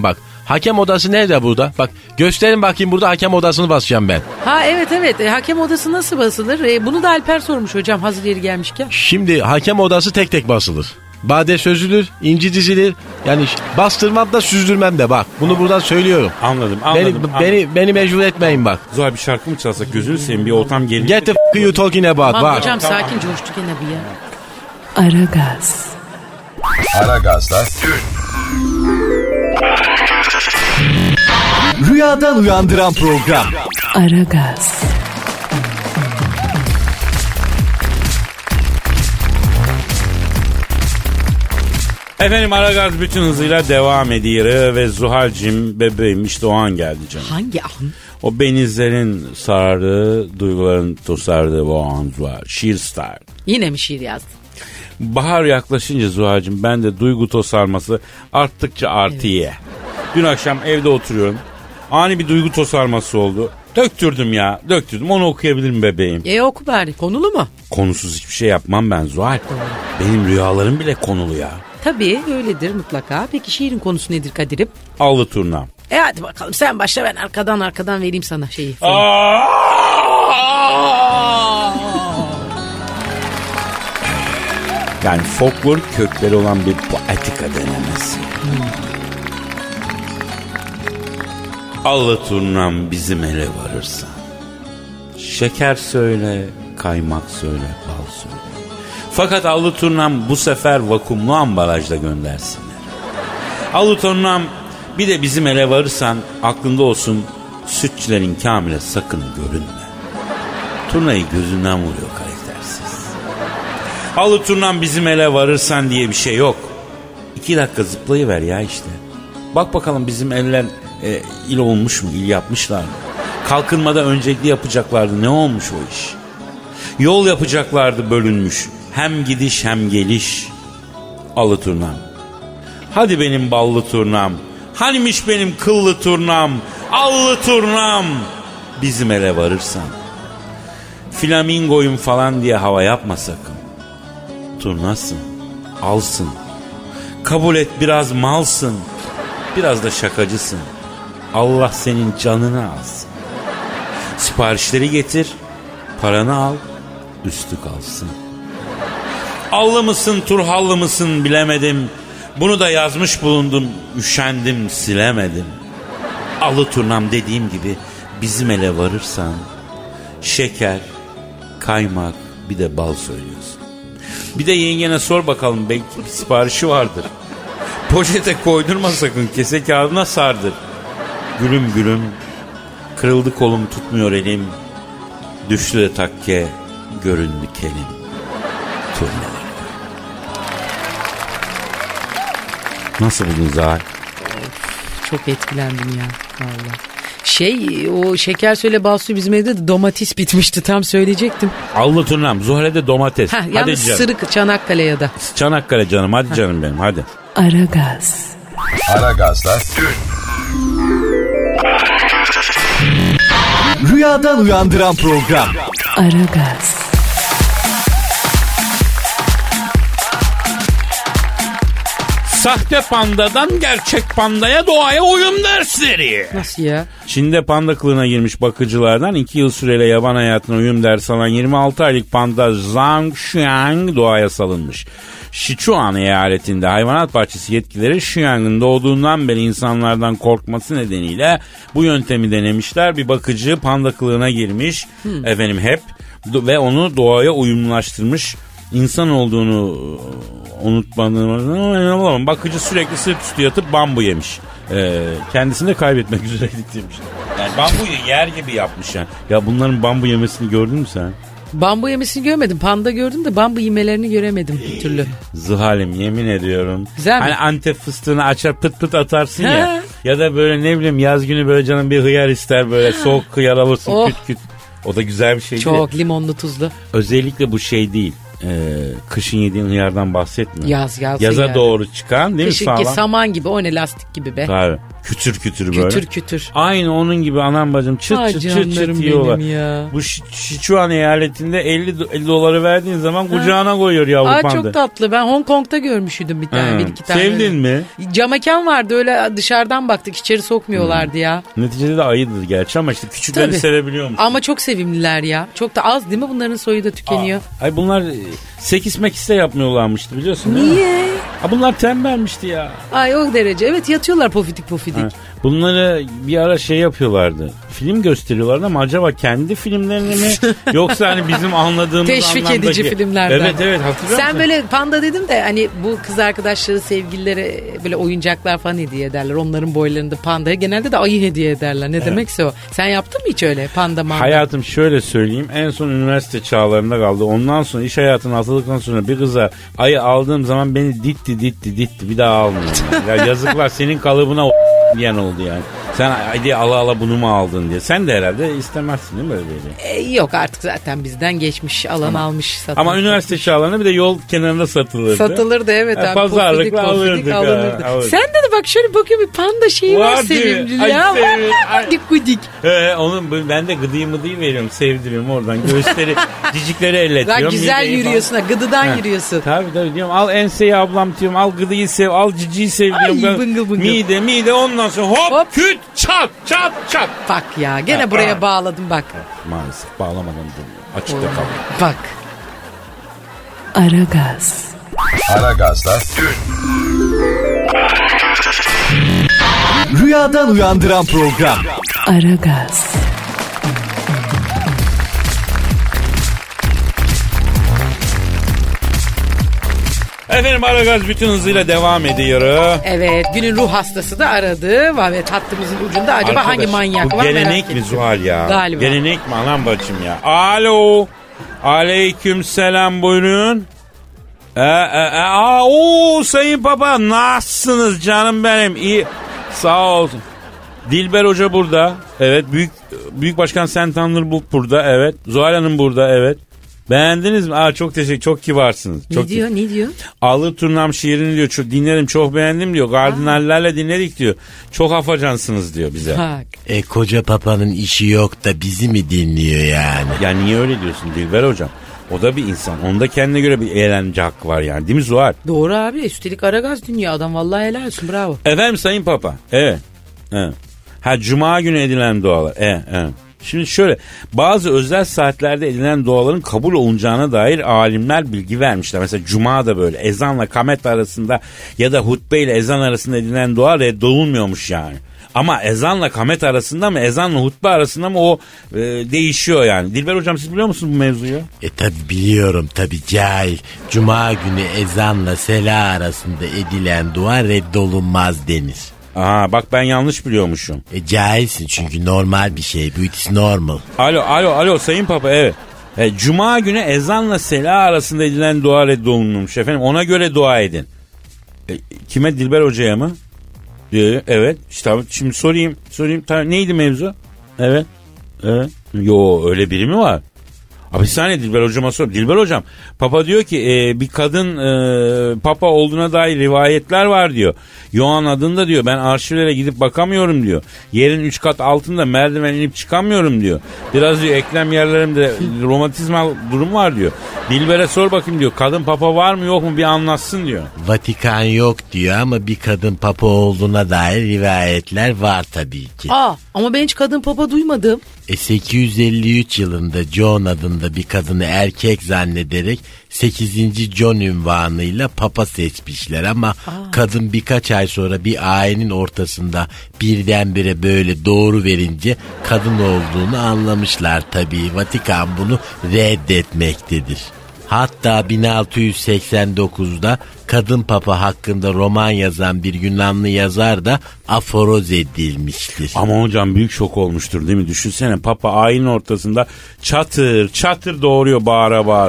Hakem odası nerede burada? Bak gösterin bakayım, burada hakem odasını basacağım ben. Ha evet evet e, hakem odası nasıl basılır? E, bunu da Alper sormuş hocam hazır yeri gelmişken. Şimdi hakem odası tek tek basılır. Bade sözülür, inci dizilir. Yani bastırmam da süzdürmem de bak. Bunu buradan söylüyorum. Anladım anladım. Beni, anladım. beni, beni mecbur etmeyin bak. Zuhal bir şarkı mı çalsak gözünü seveyim bir ortam gelir. Get the f*** you talking about Aman bak. hocam sakin coştu gene bu ya. Aragaz, Aragaz'da Rüyadan uyandıran program. Aragaz, Efendim Aragaz bütün hızıyla devam ediyor ve Zuhal'cim bebeğim işte o an geldi canım. Hangi an? O benizlerin sardığı, duyguların tosardığı o an Zuhal. Şiir star. Yine mi şiir yazdın? Bahar yaklaşınca Zuhal'cim ben de duygu tosarması arttıkça artıyor. Evet. Dün akşam evde oturuyorum. Ani bir duygu tosarması oldu. Döktürdüm ya döktürdüm onu okuyabilirim bebeğim. E oku bari konulu mu? Konusuz hiçbir şey yapmam ben Zuhal. Benim rüyalarım bile konulu ya. Tabii öyledir mutlaka. Peki şiirin konusu nedir Kadir'im? Allı turnam. E hadi bakalım sen başla ben arkadan arkadan vereyim sana şeyi. Yani folklor kökleri olan bir poetika denemesi. Hmm. Allı turnam bizim ele varırsa. Şeker söyle, kaymak söyle, bal söyle. Fakat allı turnam bu sefer vakumlu ambalajda göndersinler. Allı turnam bir de bizim ele varırsan aklında olsun sütçülerin Kamil'e sakın görünme. Turnayı gözünden vuruyor karaktersiz. Allı turnam bizim ele varırsan diye bir şey yok. İki dakika zıplayıver ya işte. Bak bakalım bizim eller e, il olmuş mu, il yapmışlar mı? Kalkınmada öncelikli yapacaklardı, ne olmuş o iş? Yol yapacaklardı bölünmüş. Hem gidiş hem geliş. Allı turnam. Hadi benim ballı turnam. Hanimiş benim kıllı turnam. Allı turnam. Bizim ele varırsan. Flamingoyum falan diye hava yapma sakın. Turnasın. Alsın. Kabul et biraz malsın. Biraz da şakacısın. Allah senin canını alsın. Siparişleri getir. Paranı al. Üstü kalsın. Allı mısın turhallı mısın bilemedim. Bunu da yazmış bulundum. Üşendim silemedim. Allı turnam dediğim gibi bizim ele varırsan şeker, kaymak bir de bal söylüyorsun. Bir de yengene sor bakalım belki bir siparişi vardır. Poşete koydurma sakın kese kağıdına sardır. Gülüm gülüm kırıldı kolum tutmuyor elim. Düştü de takke göründü kelim. Turnalar. Nasıl buldun Zahar? Çok etkilendim ya vallahi. Şey o şeker söyle bal suyu bizim evde de domates bitmişti tam söyleyecektim. Allı turnam Zuhal'e de domates. Heh, hadi yalnız canım. Sırık Çanakkale ya da. Çanakkale canım hadi canım benim hadi. Aragaz, Aragaz'da Rüyadan uyandıran program. Aragaz, Sahte pandadan gerçek pandaya doğaya uyum dersleri. Nasıl ya? Çin'de panda kılığına girmiş bakıcılardan iki yıl süreyle yaban hayatına uyum dersi alan yirmi altı aylık panda Zhang Xiang doğaya salınmış. Sichuan eyaletinde hayvanat bahçesi yetkileri Xiang'ın doğduğundan beri insanlardan korkması nedeniyle bu yöntemi denemişler. Bir bakıcı panda kılığına girmiş hmm. efendim hep ve onu doğaya uyumlaştırmış. İnsan olduğunu unutmadığını bakıcı sürekli sırt üstü yatıp bambu yemiş. Ee, kendisini de kaybetmek üzereydik demiş. Yani bambuyu yer gibi yapmış yani. Ya bunların bambu yemesini gördün mü sen? Bambu yemesini görmedim. Panda gördüm de bambu yemelerini göremedim bir türlü. Zuhal'im yemin ediyorum. Güzel mi? Hani Antep fıstığını açar pıt pıt atarsın ya. Ya da böyle ne bileyim yaz günü böyle canım bir hıyar ister böyle soğuk hıyar alırsın oh. küt küt. O da güzel bir şey Çok değil. limonlu tuzlu. Özellikle bu şey değil. e, kışın yediğin hıyardan bahsetmiyorum. Yaz yaz. Yaza hıyar. doğru çıkan değil mi Kışınki sağlam? saman gibi, o ne lastik gibi be. Tabii. Kütür kütür böyle. Kütür kütür. Aynı onun gibi anam bacım çıt Ay çıt çıt çıt canlarım yiyorlar. benim ya. Bu Ş- Sichuan eyaletinde elli doları verdiğin zaman kucağına koyuyor yavru Aa, panda. çok tatlı. Ben Hong Kong'ta görmüştüm bir tane, Ha, bir iki tane. sevdin mi? Cam mekan vardı, öyle dışarıdan baktık, içeri sokmuyorlardı ya. Neticede de ayıdır gerçi ama işte küçükleri Tabii. sevebiliyormuş. Ama çok sevimliler ya. Çok da az değil mi? Bunların soyu da tükeniyor. Ay bunlar e, sekis mekiste yapmıyorlarmıştı biliyorsun değil mi? Niye? Ha bunlar tembelmişti ya. Ay o derece. Evet, yatıyorlar pofidik pofidik. Ha, bunları bir ara şey yapıyorlardı. Film gösteriyorlardı ama acaba kendi filmlerini mi yoksa hani bizim anladığımız Teşvik anlamdaki... edici filmlerden. Evet evet hatırlıyor Sen musun? böyle panda dedim de hani bu kız arkadaşları sevgililere böyle oyuncaklar falan hediye ederler. Onların boylarında pandaya genelde de ayı hediye ederler. Ne demekse o. Sen yaptın mı hiç öyle panda manda? Hayatım şöyle söyleyeyim, en son üniversite çağlarında kaldı. Ondan sonra iş hayatına atıldıktan sonra bir kıza ayı aldığım zaman beni ditti ditti ditti bir daha almıyorum. Yani. Ya yazıklar senin kalıbına o diyen oldu yani. Sen hadi ala ala bunu mu aldın diye. Sen de herhalde istemezsin değil mi böyle bir şey? E, yok artık zaten bizden geçmiş. Alan ama, almış satan. Ama üniversite çağlarında bir de yol kenarında satılırdı. Satılırdı evet. Ha, abi. pazarlıkla pofidik, alırdık. pofidik Ha, alınırdı. alırdık. Sen de, de bak şöyle bakıyorum, bir panda şeyi var, Vardı. sevimli Ay, ya. sevimli. Ay. Gudik gudik. He, onun ben de gıdıyı mıdıyı veriyorum, sevdirim oradan. Göğüsleri, cicikleri elletiyorum. Bak güzel mideyi yürüyorsun ha, gıdıdan Ha. yürüyorsun. Tabii tabii diyorum, al enseyi ablam diyorum, al gıdıyı sev, al ciciyi sev diyorum. Ay, bıngıl bıngıl. Mide mide ondan sonra hop, Hop. küt çat çat çat. Bak ya gene Ha, buraya ha. bağladım bak. Maalesef bağlamadan duruyor. Açıkta kalıyor. Bak. Aragaz, Aragaz'da Rüyadan uyandıran program. Aragaz, Efendim Aragaz bütün hızıyla devam ediyor. Evet, günün ruh hastası da aradı. Evet, hattımızın ucunda acaba Arkadaş, hangi manyak bu var merak gelenek mi ettim. Zuhal ya? Galiba. Gelenek mi anam bacım ya? Alo. Aleyküm selam buyurun. Ee, e, e, aa, oo, sayın papa nasılsınız canım benim? İyi. Sağ olsun. Dilber Hoca burada. Evet. Büyük Büyük Başkan Sen Thunderbolt burada. Evet. Zuhal Hanım burada. Evet. Beğendiniz mi? Aa, çok teşekkür, çok kibarsınız. Ne Çok diyor ne diyor? Allı Turnam şiirini diyor. Çok dinlerim, çok beğendim diyor. Kardinallerle dinledik diyor. Çok afacansınız diyor bize. Bak. E koca papanın işi yok da bizi mi dinliyor yani? Ya niye öyle diyorsun Dilber Hocam? O da bir insan. Onda kendine göre bir eğlence hakkı var yani. Değil mi Zuhal? Doğru abi. Üstelik Aragaz dinliyor adam. Vallahi helal olsun. Bravo. Efendim Sayın Papa. Evet. Evet. Ha Cuma günü edilen dualar. Evet. Evet. Şimdi şöyle, bazı özel saatlerde edilen duaların kabul olunacağına dair alimler bilgi vermişler. Mesela Cuma da böyle ezanla kamet arasında ya da hutbe ile ezan arasında edilen dua reddolunmuyormuş yani. Ama ezanla kamet arasında mı, ezanla hutbe arasında mı o e, değişiyor yani. Dilber Hocam siz biliyor musunuz bu mevzuyu? E tabi biliyorum tabi cahil. Cuma günü ezanla sela arasında edilen dua reddolunmaz denir. Aha bak ben yanlış biliyormuşum. E cahilsin çünkü normal bir şey bu, it's normal. Alo alo alo Sayın Papa evet. E, Cuma günü ezanla sela arasında edilen dua reddolunmuş efendim, ona göre dua edin. E, kime, Dilber Hoca'ya mı? E, evet işte şimdi sorayım sorayım tamam, neydi mevzu? Evet evet yo öyle biri mi var? Abi bir saniye Dilber Hocam'a sor. Dilber Hocam Papa diyor ki e, bir kadın e, Papa olduğuna dair rivayetler var diyor. Yoğan adında diyor, ben arşivlere gidip bakamıyorum diyor. Yerin üç kat altında merdiven inip çıkamıyorum diyor. Biraz diyor eklem yerlerimde romatizmal durum var diyor. Dilber'e sor bakayım diyor, kadın Papa var mı yok mu bir anlatsın diyor. Vatikan yok diyor ama bir kadın papa olduğuna dair rivayetler var tabii ki. Aa, ama ben hiç kadın papa duymadım. E sekiz yüz elli üç yılında John adında bir kadını erkek zannederek sekizinci John ünvanıyla papa seçmişler ama Aa. kadın birkaç ay sonra bir ayinin ortasında birdenbire böyle doğru verince kadın olduğunu anlamışlar tabii. Vatikan bunu reddetmektedir. Hatta bin altı yüz seksen dokuzda kadın papa hakkında roman yazan bir Yunanlı yazar da aforoz edilmiştir. Ama hocam büyük şok olmuştur değil mi? Düşünsene Papa ayinin ortasında çatır çatır doğuruyor bağıra bağıra.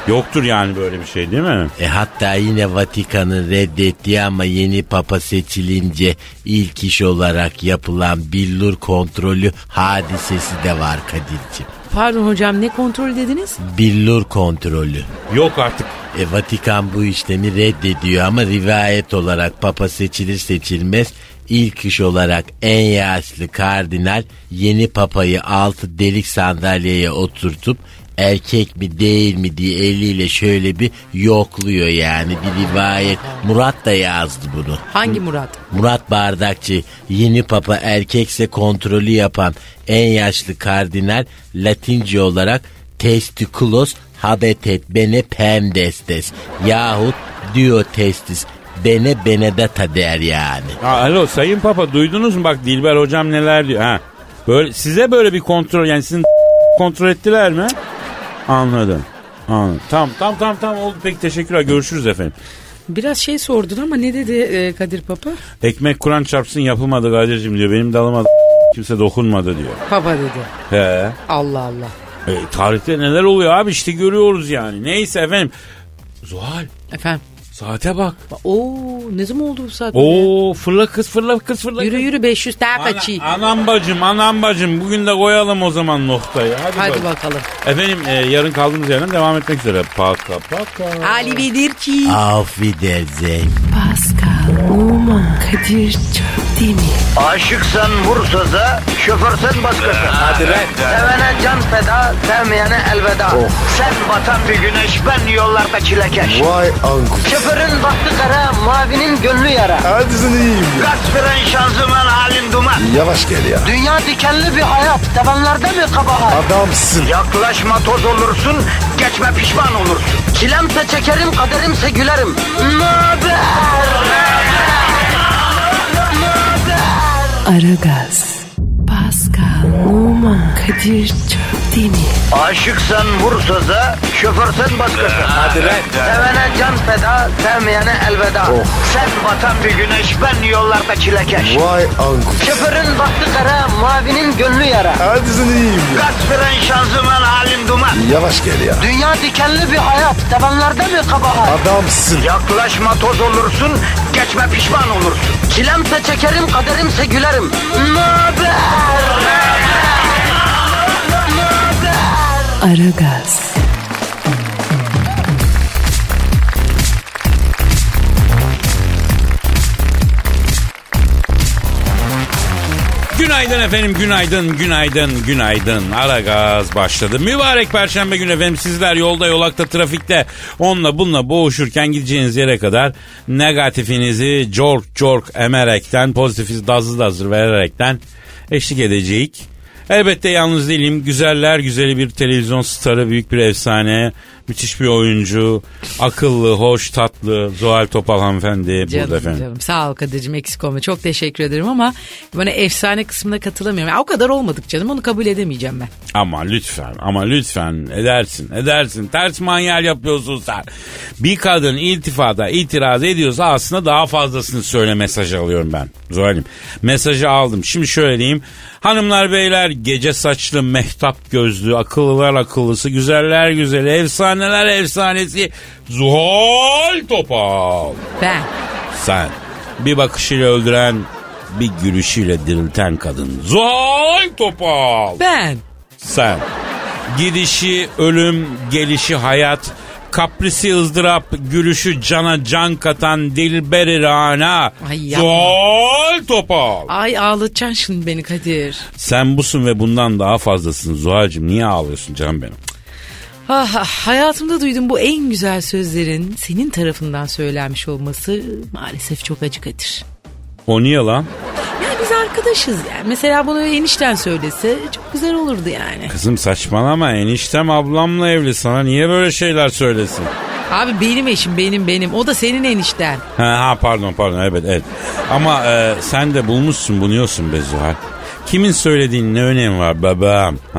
Yoktur yani böyle bir şey değil mi? E hatta yine Vatikan'ın reddettiği ama yeni papa seçilince ilk iş olarak yapılan billur kontrolü hadisesi de var Kadir'ciğim. Pardon hocam, ne kontrol dediniz? Billur kontrolü. Yok artık. E Vatikan bu işlemi reddediyor ama rivayet olarak papa seçilir seçilmez ilk iş olarak en yaşlı kardinal yeni papayı altı delik sandalyeye oturtup erkek mi değil mi diye eliyle şöyle bir yokluyor yani, bir rivayet. Murat da yazdı bunu. Hangi Murat? Murat Bardakçı. Yeni papa erkekse kontrolü yapan en yaşlı kardinal Latince olarak testiculos habetet bene pendestes yahut diotestis bene benedetta der yani. Ha, alo Sayın Papa, duydunuz mu bak Dilber hocam neler diyor. Ha, böyle size böyle bir kontrol, yani sizin kontrol ettiler mi? Anladım. Anladım. Tamam tamam tamam tamam oldu, peki teşekkürler, görüşürüz efendim. Biraz şey sordun ama ne dedi e, Kadir Papa? Ekmek Kur'an çarpsın yapılmadı Kadir'cim diyor, benim dalıma kimse dokunmadı diyor. Papa dedi. He. Allah Allah. E, tarihte neler oluyor abi, işte görüyoruz yani. Neyse efendim. Zuhal. Efendim? Saate bak. Oo, ne zaman oldu bu saat? Oo, fırla kız fırla kız fırla Yürü kız. yürü beş yüz daha Ana, kaçı. anam bacım anam bacım bugün de koyalım o zaman noktayı. Hadi, Hadi bakalım. bakalım. Efendim e, yarın kaldığımız yerden devam etmek üzere. Paka paka. Ali Bedirci. Auf Wiedersehen. Pascal, Oman, Kadir çok değil mi? Aşıksan vursa da, şoförsen başkasın. Hadi lan. Sevene can feda, sevmeyene elveda. Sen batan bir güneş, ben yollarda çilekeş. Vay anku. Şoförün baktı kara, mavinin gönlü yara. Hadi sen iyiyim ya. Kasperen şanzıman halin duman. Yavaş gel ya. Dünya dikenli bir hayat, sevenlerde mi kabahar? Adamsın. Yaklaşma toz olursun, geçme pişman olursun. Çilemse çekerim, kaderimse gülerim. Möber! Aragaz, Pascal, Oman, Kadir çok değil mi? Aşıksan vursa da, şoförsen başkasın. Hadi lan. Sevene can feda, sevmeyene elveda. Sen batan bir güneş, ben yollarda çilekeş. Vay anku. Şoförün baktı kara, mavinin gönlü yara. Hadi sen iyiyim ya. Kasperen şanzıman halin duman. Yavaş gel ya. Dünya dikenli bir hayat, sevenlerde mi kabahar? Adamsın. Yaklaşma toz olursun, geçme pişman olursun. Çilemse çekerim, kaderimse gülerim. Möber! Aragaz, Günaydın efendim, günaydın, günaydın, günaydın. Aragaz başladı. Mübarek Perşembe günü efendim, sizler yolda, yolakta, trafikte onunla bununla boğuşurken gideceğiniz yere kadar negatifinizi cork cork emerekten, pozitifiz dazı dazır vererekten eşlik edecek. Elbette yalnız değilim. Güzeller güzeli bir televizyon starı, büyük bir efsane, müthiş bir oyuncu, akıllı, hoş, tatlı Zuhal Topal hanımefendi burada Canım efendim. canım, sağ ol Kadir'cim, eksik olma, çok teşekkür ederim ama bana efsane kısmına katılamıyorum. Ya, o kadar olmadık canım, onu kabul edemeyeceğim ben. Ama lütfen, ama lütfen edersin, edersin. Ters manyel yapıyorsun sen. Bir kadın iltifada itiraz ediyorsa aslında daha fazlasını söyle mesajı alıyorum ben. Zuhal'im, mesajı aldım. Şimdi şöyle diyeyim. Hanımlar beyler, gece saçlı, mehtap gözlü, akıllılar akıllısı, güzeller güzeli, efsaneler efsanesi Zuhal Topal. Ben. Sen bir bakışıyla öldüren, bir gülüşüyle dirilten kadın Zuhal Topal. Ben. Sen gidişi ölüm, gelişi hayat, kaprisi ızdırap, gülüşü cana can katan Dilber-i Rana Ay yapma. Zuhal Topal. Ay ağlatacaksın şimdi beni Kadir. Sen busun ve bundan daha fazlasın Zuhal'cığım. Niye ağlıyorsun canım benim? Ah, ah, hayatımda duydum bu en güzel sözlerin senin tarafından söylenmiş olması maalesef çok acı Kadir. O niye lan? Yani biz arkadaşız yani. Mesela bunu enişten söylese çok güzel olurdu yani. Kızım saçmalama, eniştem ablamla evli, sana niye böyle şeyler söylesin? Abi benim eşim, benim benim. O da senin enişten. Ha, ha pardon pardon evet evet. Ama e, sen de bulmuşsun, bunuyorsun be Zuhal. Kimin söylediğinin ne önemi var babam? Ha?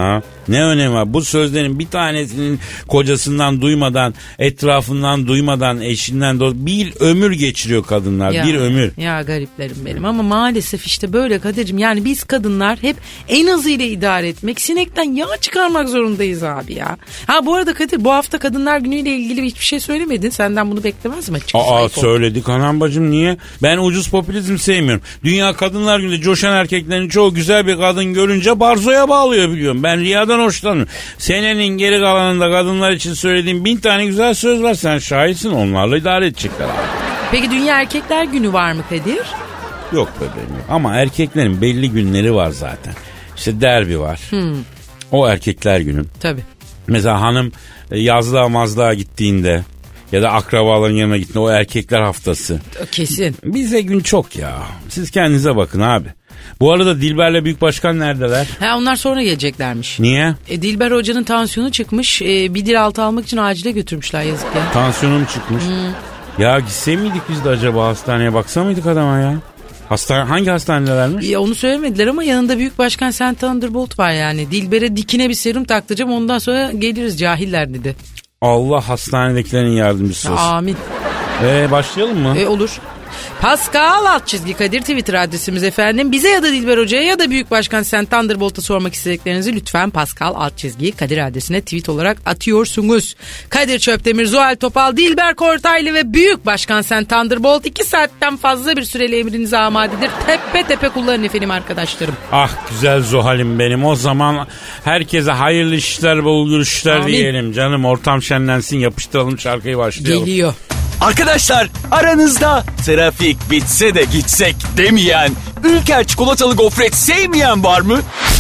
Ne önemi var? Bu sözlerin bir tanesinin kocasından duymadan, etrafından duymadan, eşinden do- bir ömür geçiriyor kadınlar. Ya, bir ömür. Ya gariplerim benim ama maalesef işte böyle Kadir'cim. Yani biz kadınlar hep en azıyla idare etmek, sinekten yağ çıkarmak zorundayız abi ya. Ha bu arada Kadir, bu hafta Kadınlar Günü'yle ilgili hiçbir şey söylemedin. Senden bunu beklemez mi açıkçası? Aa söyledik anam bacım, niye? Ben ucuz popülizm sevmiyorum. Dünya Kadınlar Günü'nde coşan erkeklerin çoğu güzel bir kadın görünce barzoya bağlıyor biliyorum. Ben riyadan hoşlanmıyorum. Senenin geri kalanında kadınlar için söylediğim bin tane güzel söz var. Sen şahitsin, onlarla idare edecekler abi. Peki Dünya Erkekler Günü var mı Kadir? Yok bebeğim yok. Ama erkeklerin belli günleri var zaten. İşte derbi var. Hmm. O erkekler günü. Tabii. Mesela hanım yazlığa mazlığa gittiğinde ya da akrabaların yanına gittiğinde o erkekler haftası. Kesin. Bize gün çok ya. Siz kendinize bakın abi. Bu arada Dilber'le Büyük Başkan neredeler? Ha onlar sonra geleceklermiş. Niye? E, Dilber Hoca'nın tansiyonu çıkmış. E, bir dil altı almak için acile götürmüşler, yazık ya. Tansiyonum çıkmış. Hmm. Ya gitse miydik biz de acaba hastaneye, baksa mıydık adama ya? Hastane, hangi hastanelermiş? Ya onu söylemediler ama yanında Büyük Başkan Sen Thunderbolt var yani. Dilber'e dikine bir serum taktıracağım, ondan sonra geliriz cahiller dedi. Allah hastanedekilerin yardımcısı olsun. Amin. Ee, başlayalım mı? E, olur. Pascal alt çizgi Kadir Twitter adresimiz efendim. Bize ya da Dilber Hoca'ya ya da Büyük Başkan Sen Thunderbolt'a sormak istediklerinizi lütfen Pascal alt çizgi Kadir adresine tweet olarak atıyorsunuz. Kadir Çöptemir, Zuhal Topal, Dilber Kortaylı ve Büyük Başkan Sen Thunderbolt iki saatten fazla bir süreli emrinize amadedir. Tepe tepe kullanın efendim arkadaşlarım. Ah güzel Zuhal'im benim. O zaman herkese hayırlı işler, bol görüşler Amin. diyelim canım. Ortam şenlensin, yapıştıralım şarkıyı, başlayalım. Geliyor. Arkadaşlar aranızda trafik bitse de gitsek demeyen, Ülker çikolatalı gofret sevmeyen var mı?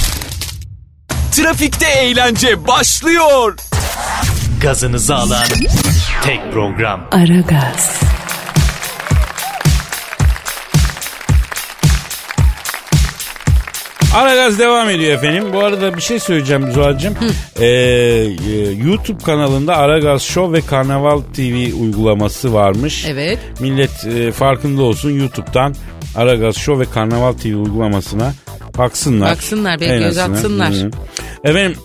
Trafikte eğlence başlıyor. Gazınızı alan tek program. Aragaz. Aragaz devam ediyor efendim. Bu arada bir şey söyleyeceğim Zuhal'cığım. Ee, e, YouTube kanalında Aragaz Show ve Karnaval T V uygulaması varmış. Evet. Millet e, farkında olsun, YouTube'dan Aragaz Show ve Karnaval T V uygulamasına baksınlar. Baksınlar, bir göz atsınlar. Hı-hı. Efendim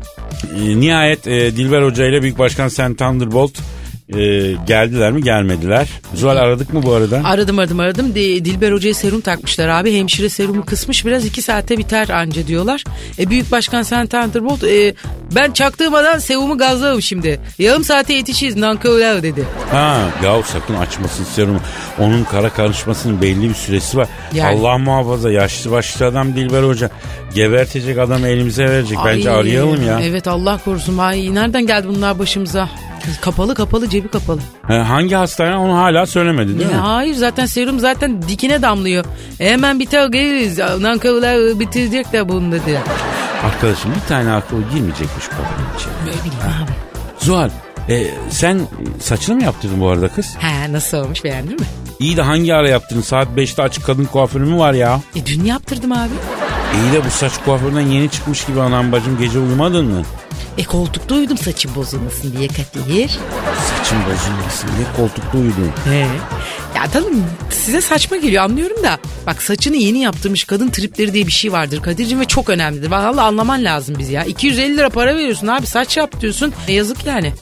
e, nihayet e, Dilber Hoca ile Büyük Başkan Sen Thunderbolt Ee, geldiler mi gelmediler. Zuhal aradık mı bu arada? Aradım aradım aradım. De, Dilber Hoca'ya serum takmışlar abi. Hemşire serumu kısmış, biraz iki saate biter anca diyorlar. E, Büyük Başkan Sen Thunderbolt e, ben çaktırmadan serumu gazlarım şimdi. Yarım saate yetişiriz nankörler dedi. Ha yahu sakın açmasın serumu. Onun kara karışmasının belli bir süresi var. Yani. Allah muhafaza, yaşlı başlı adam Dilber Hoca. Gebertecek adamı elimize verecek. Ay, bence arayalım ya. Evet Allah korusun. Ay, nereden geldi bunlar başımıza? Kapalı kapalı, cebi kapalı. He, hangi hastane onu hala söylemedi değil ya, mi? Hayır, zaten serum zaten dikine damlıyor. E, hemen biter geliriz. Nankavlar bitirecek de bunu dedi. Arkadaşım bir tane akıl girmeyecekmiş kadının içine. Ne bileyim abi. Zuhal e, sen saçını mı yaptırdın bu arada kız? He, nasıl olmuş, beğendin mi? İyi de hangi ara yaptırdın? Saat beşte açık kadın kuaförü mü var ya? E dün yaptırdım abi. İyi de bu saç kuaföründen yeni çıkmış gibi anam bacım, gece uyumadın mı? E koltukta uyudum saçım bozulmasın diye Kadir. Saçım bozulmasın diye koltukta uyudum. He. Ya tamam, size saçma geliyor anlıyorum da. Bak, saçını yeni yaptırmış kadın tripleri diye bir şey vardır Kadir'cim ve çok önemlidir. Vallahi anlaman lazım biz ya. iki yüz elli lira para veriyorsun abi, saç yap diyorsun. E, yazık yani.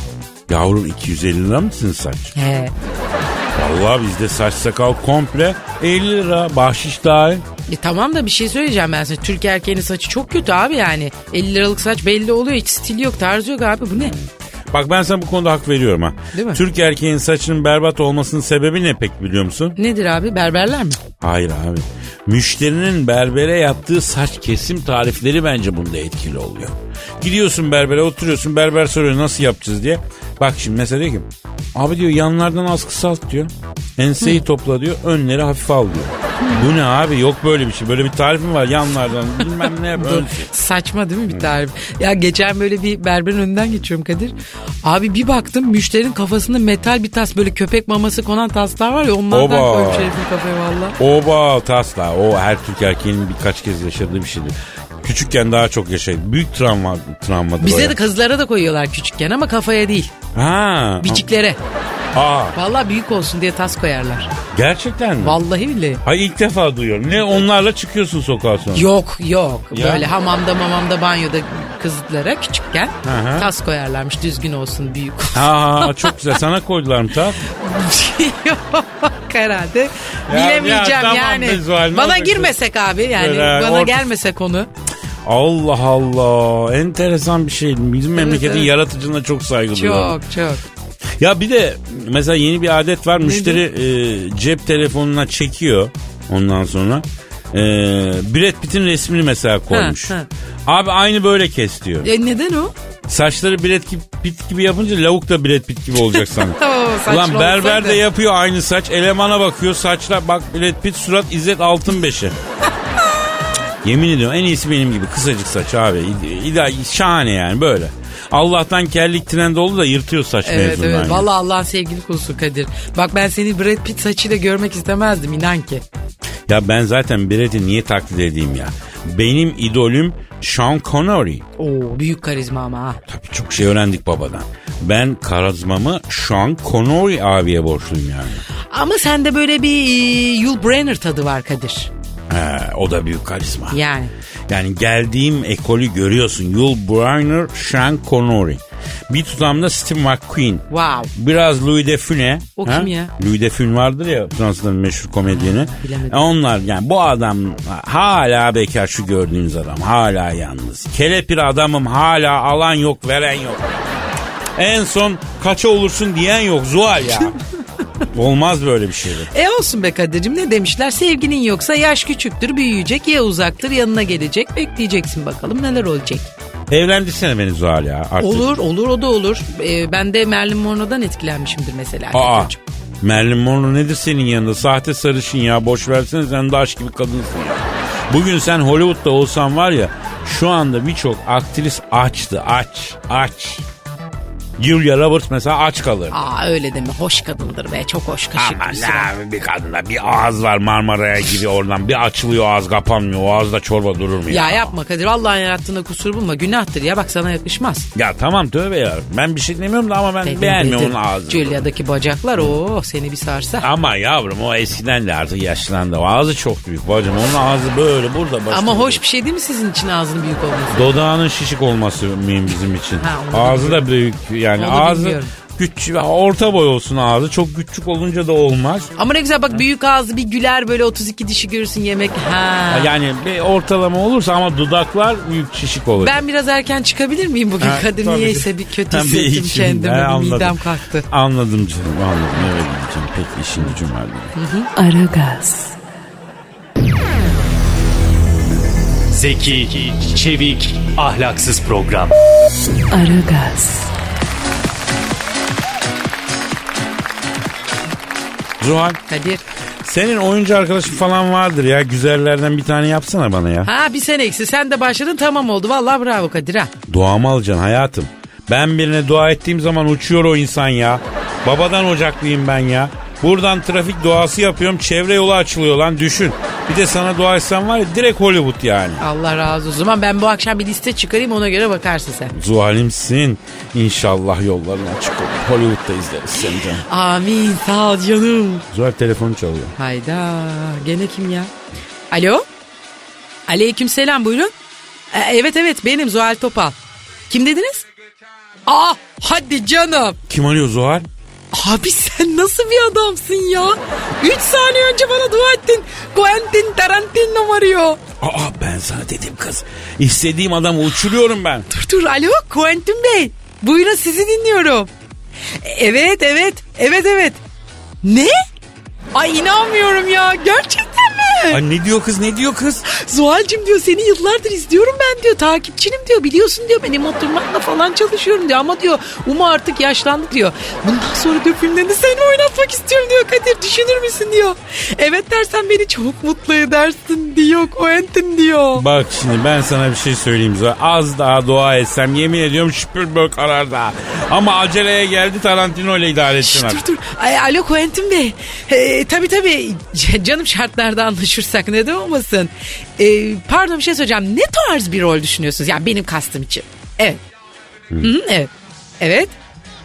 Yavrum iki yüz elli lira mısın saç? He. Vallahi bizde saç sakal komple elli lira, bahşiş dahil. E tamam da bir şey söyleyeceğim ben sana. Türk erkeğinin saçı çok kötü abi yani. elli liralık saç belli oluyor. Hiç stil yok, tarzı yok abi, bu ne? Bak ben sana bu konuda hak veriyorum ha. Değil mi? Türk erkeğinin saçının berbat olmasının sebebi ne pek biliyor musun? Nedir abi, berberler mi? Hayır abi. Müşterinin berbere yaptığı saç kesim tarifleri bence bunda etkili oluyor. Gidiyorsun berbere, oturuyorsun, berber soruyor nasıl yapacağız diye. Bak şimdi mesela diyor ki abi diyor yanlardan az kısalt diyor. Enseyi Hı. topla diyor, önleri hafif al diyor. Bu ne abi, yok böyle bir şey. Böyle bir tarif mi var yanlardan bilmem ne yap. Saçma değil mi bir tarif? Ya geçen böyle bir berberin önünden geçiyorum Kadir. Abi bir baktım müşterinin kafasında metal bir tas, böyle köpek maması konan taslar var ya, onlardan Oba. koymuş herifin kafaya valla. Oba tasla, o her Türk erkeğinin birkaç kez yaşadığı bir şeydir. Küçükken daha çok yaşadı. Büyük travma, travmadır. Bize de kızlara da koyuyorlar küçükken ama kafaya değil. Ha. Biciklere. Aa. Vallahi büyük olsun diye tas koyarlar. Gerçekten mi? Vallahi billahi. Hayır, ilk defa duyuyorum. Ne onlarla çıkıyorsun sokağa sonra? Yok yok. Ya. Böyle hamamda mamamda banyoda kızlara küçükken. Hı-hı. Tas koyarlarmış, düzgün olsun, büyük olsun. Aa, çok güzel. Sana koydular mı tas? Yok herhalde. Ya, bilemeyeceğim ya, tamam yani. be Zuhal, bana olacak? girmesek abi yani. Böyle, bana orta... gelmese konu. Allah Allah. Enteresan bir şey. Bizim evet, memleketin evet. yaratıcılığına çok saygı duyuyorum. Çok çok. Ya bir de mesela yeni bir adet var. Müşteri e, cep telefonuna çekiyor. Ondan sonra e, Brad Pitt'in resmini mesela koymuş. Ha, ha. Abi aynı böyle kes diyor. E neden o? Saçları Brad Pitt gibi yapınca lavuk da Brad Pitt gibi olacak sana. Ulan berber de yapıyor aynı saç. Elemana bakıyor, saçlar bak Brad Pitt, surat İzzet Altınbeş'e. Yemin ediyorum en iyisi benim gibi kısacık saç abi. İdeal, şahane yani böyle. Allah'tan kellik trendi oldu da yırtıyor saç evet, mevzundan. Evet yani. Vallahi Allah'ın sevgili kulusu Kadir. Bak ben seni Brad Pitt saçıyla görmek istemezdim inan ki. Ya ben zaten Brad'i niye taklit edeyim ya? Benim idolüm Sean Connery. Oo büyük karizma ama ha. Tabii çok şey öğrendik babadan. Ben karizmamı Sean Connery abiye borçluyum yani. Ama sende böyle bir Yul Brynner tadı var Kadir. He, o da büyük karizma. Yani. Yani geldiğim ekolü görüyorsun. Yul Brynner, Sean Connery. Bir tutamda Steve McQueen. Wow. Biraz Louis de Funès. O ha? Kim ya? Louis de Funès vardır ya Fransa'nın meşhur komedyeni. Bilemedim. Onlar yani bu adam hala bekar, şu gördüğünüz adam hala yalnız. Kelepir adamım, hala alan yok veren yok. En son kaça olursun diyen yok Zuhal ya. Olmaz böyle bir şey. E olsun be Kadir'cim, ne demişler? Sevginin yoksa yaş küçüktür, büyüyecek, ya uzaktır, yanına gelecek, bekleyeceksin bakalım neler olacak. Evlendirsene beni Zuhal ya artık. Olur olur o da olur. Ee, ben de Marilyn Monroe'dan etkilenmişimdir mesela. Aa, Marilyn Monroe nedir senin yanında? Sahte sarışın ya, boş versene, sen de aşk gibi kadınsın ya. Bugün sen Hollywood'da olsan var ya, şu anda birçok aktris açtı, aç aç. Julia Roberts mesela aç kalır. Aa öyle deme, hoş kadındır be, çok hoş kaşık. Ama ne bir kadında bir ağız var Marmara'ya gibi, oradan bir açılıyor ağız kapanmıyor, o ağızda çorba durur mu ya? Ya yapma Kadir, Allah'ın yarattığına kusur bulma, günahtır ya, bak sana yakışmaz. Ya tamam tövbe ya, ben bir şey demiyorum da ama ben dedim, beğenmiyorum dedim. Onun ağzını. Julia'daki bacaklar o seni bir sarsa. Ama yavrum o eskiden de artık yaşlandı, o ağzı çok büyük bacım, onun ağzı böyle burada başlıyor. Ama hoş bir şey değil mi sizin için ağzının büyük olması? Dodağının şişik olması mühim bizim için. Ha, ağzı da büyük yani, ağzı küçük, orta boy olsun ağzı, çok küçük olunca da olmaz. Ama ne güzel bak, ha. Büyük ağzı bir güler böyle, otuz iki dişi görürsün yemek. Ha. Yani bir ortalama olursa ama dudaklar büyük şişik olur. Ben biraz erken çıkabilir miyim bugün ha, Kadir? Niyeyse bir kötü hissettim bir kendimi, he, bir midem kalktı. Anladım canım, anladım, evet canım, pek işin gücüm var. Aragaz. Zeki, çevik, ahlaksız program. Aragaz. Zuhal. Kadir. Senin oyuncu arkadaşın falan vardır ya. Güzellerden bir tane yapsana bana ya. Ha bir sen eksi. Sen de başladın, tamam oldu. Vallahi bravo Kadir ha. Duamı alacaksın hayatım. Ben birine dua ettiğim zaman uçuyor o insan ya. Babadan ocaklıyım ben ya. Buradan trafik duası yapıyorum. Çevre yolu açılıyor lan, düşün. Bir de sana dua etsem var ya, direkt Hollywood yani. Allah razı olsun. O zaman ben bu akşam bir liste çıkarayım, ona göre bakarsın sen. Zuhalimsin. İnşallah yolların açık olur. Hollywood'da izleriz seni canım. Amin, sağ ol canım. Zuhal telefonu çalıyor. Hayda, gene kim ya? Alo? Aleykümselam, buyurun. Ee, evet evet benim Zuhal Topal. Kim dediniz? Aa hadi canım. Kim arıyor Zuhal? Abi sen nasıl bir adamsın ya? Üç saniye önce bana dua ettin. Quentin Tarantino arıyor. Aa ben sana dedim kız. İstediğim adamı uçuruyorum ben. Dur dur, alo Quentin Bey. Buyurun, sizi dinliyorum. Evet evet evet evet. Ne? Ay inanmıyorum ya, gerçekten mi? Ay ne diyor kız, ne diyor kız? Zuhal'cim diyor, seni yıllardır izliyorum ben diyor, takipçinim diyor, biliyorsun diyor, benim oturmakla falan çalışıyorum diyor, ama diyor Uma artık yaşlandı diyor. Bundan sonra diyor filmlerinde seni oynatmak istiyorum diyor Kadir, düşünür müsün diyor. Evet dersen beni çok mutlu edersin diyor Quentin diyor. Bak şimdi ben sana bir şey söyleyeyim Zuhal. Az daha dua etsem yemin ediyorum Spielberg kararda. Ama aceleye geldi, Tarantino ile idare etsin. Dur dur. Ay, alo Quentin Bey. Ee, tabii tabii canım, şartlarda anlaşırsak neden olmasın. Ee, pardon bir şey söyleyeceğim. Ne tarz bir rol düşünüyorsunuz? Yani benim kastım için. Evet. Hı. Hı, evet. Evet.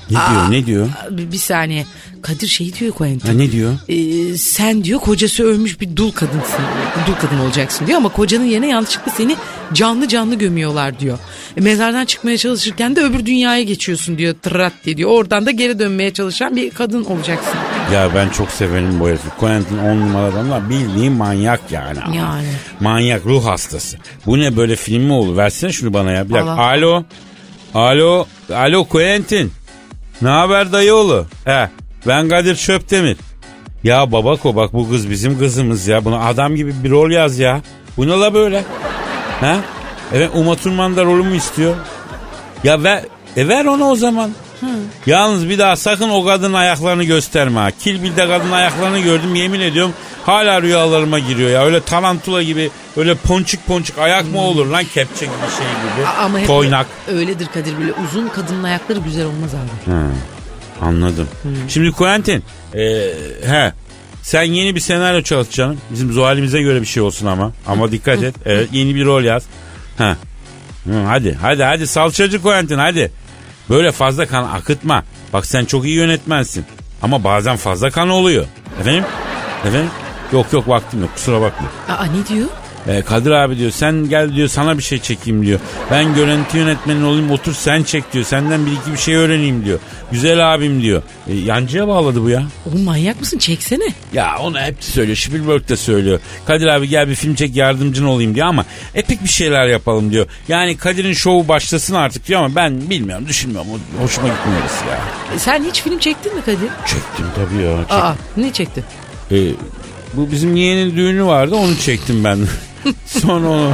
Ne Aa, diyor ne diyor? Bir, bir saniye. Kadir şey diyor Quentin. Ha, ne diyor? Ee, sen diyor kocası ölmüş bir dul kadınsın. Dul kadın olacaksın diyor ama kocanın yerine yanlışlıkla seni canlı canlı gömüyorlar diyor. E, mezardan çıkmaya çalışırken de öbür dünyaya geçiyorsun diyor. Tırrat diye diyor. Oradan da geri dönmeye çalışan bir kadın olacaksın. Ya ben çok severim bu herifi. Quentin on numara adamlar bildiğin manyak yani. Yani. Manyak, ruh hastası. Bu ne böyle film mi olur? Versene şunu bana ya. Bir dakika. Allah. Alo. Alo. Alo Quentin. Ne haber dayıoğlu? He. Ben Kadir Çöptemir. Ya babako bak bu kız bizim kızımız ya. Buna adam gibi bir rol yaz ya. Bu ne la böyle? Ha? Evet Uma Thurman da rolümü istiyor. Ya ver, e ver onu o zaman. Hı. Yalnız bir daha sakın o kadının ayaklarını gösterme ha. Kill Bill'de kadının ayaklarını gördüm yemin ediyorum. Hala rüyalarıma giriyor ya. Öyle tarantula gibi öyle ponçik ponçik ayak mı olur lan, kepçe gibi şey gibi. A- ama hep toynak. Öyledir Kadir, böyle uzun kadının ayakları güzel olmaz abi. Hı. Anladım. Hmm. Şimdi Quentin, e, he, sen yeni bir senaryo çalış canım. Bizim Zuhal'imize göre bir şey olsun ama. Ama dikkat et. Evet, yeni bir rol yaz. Ha. Hadi, hadi, hadi salçacı Quentin, hadi. Böyle fazla kan akıtma. Bak sen çok iyi yönetmensin. Ama bazen fazla kan oluyor. Efendim? Efendim? Yok yok vaktim yok, kusura bakma. Aa ne diyor? Ee, Kadir abi diyor sen gel diyor sana bir şey çekeyim diyor. Ben görüntü yönetmenin olayım otur sen çek diyor. Senden bir iki bir şey öğreneyim diyor. Güzel abim diyor. E, yancıya bağladı bu ya. Oğlum manyak mısın, çeksene. Ya onu hep söylüyor. Spielberg de söylüyor. Kadir abi gel bir film çek yardımcın olayım diyor ama epik bir şeyler yapalım diyor. Yani Kadir'in şovu başlasın artık diyor ama ben bilmiyorum düşünmüyorum. Hoşuma gitmiyor ya. E, sen hiç film çektin mi Kadir? Çektim tabii ya. Çektim. Aa ne çektin? E, bu bizim yeğenin düğünü vardı onu çektim ben. Sonra onu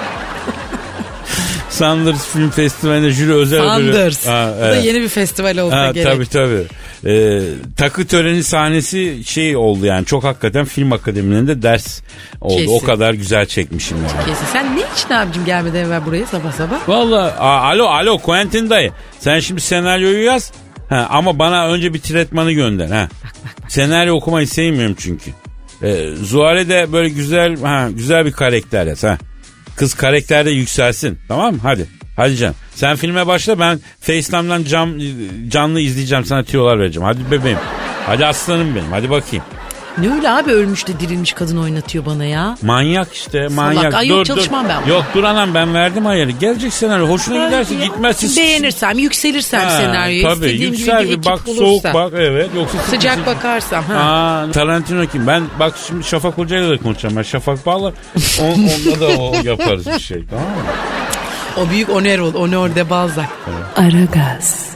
Sanders Film Festivali'nde jüri özel Sanders. Ha, evet. Bu da yeni bir festival olsa ha, gerek. Tabii tabii. Ee, takı töreni sahnesi şey oldu yani. Çok hakikaten film akademilerinde ders oldu. Kesin. O kadar güzel çekmişim yani. Kesin. Sen ne için abicim gelmeden evvel buraya sabah sabah? Vallahi alo alo Quentin dayı. Sen şimdi senaryoyu yaz. Ha, ama bana önce bir tretmanı gönder. Ha. Bak, bak, bak. Senaryo okumayı sevmiyorum çünkü. Ee, Zuhal'e de böyle güzel ha, güzel bir karakter yaz. Ha. Kız karakterde yükselsin. Tamam mı? Hadi. Hadi canım. Sen filme başla, ben FaceTime'dan cam, canlı izleyeceğim, sana tiyolar vereceğim. Hadi bebeğim. Hadi aslanım benim. Hadi bakayım. Ne öyle abi, ölmüş de dirilmiş kadın oynatıyor bana ya. Manyak işte manyak. Salak. Ay, dur, yok çalışmam dur. ben. Yok dur anam, ben verdim ayarı. Gelecek senaryo. Hoşuna giderse gitmezse. Beğenirsem, yükselirsem senaryoyu. Tabii yüksel gibi bir bak, olursa. soğuk bak, evet. Yoksa sıcak sıkıntı. bakarsam. Ha. Aa, Tarantino kim? Ben bak şimdi Şafak Hoca'yla da konuşacağım. Ben Şafak Bağlar. On, onda da o yaparız bir şey, tamam mı? O büyük Honor ol. Honor de Balzac. Aragaz.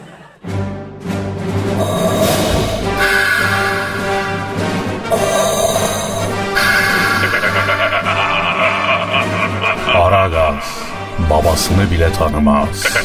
Aragaz babasını bile tanımaz.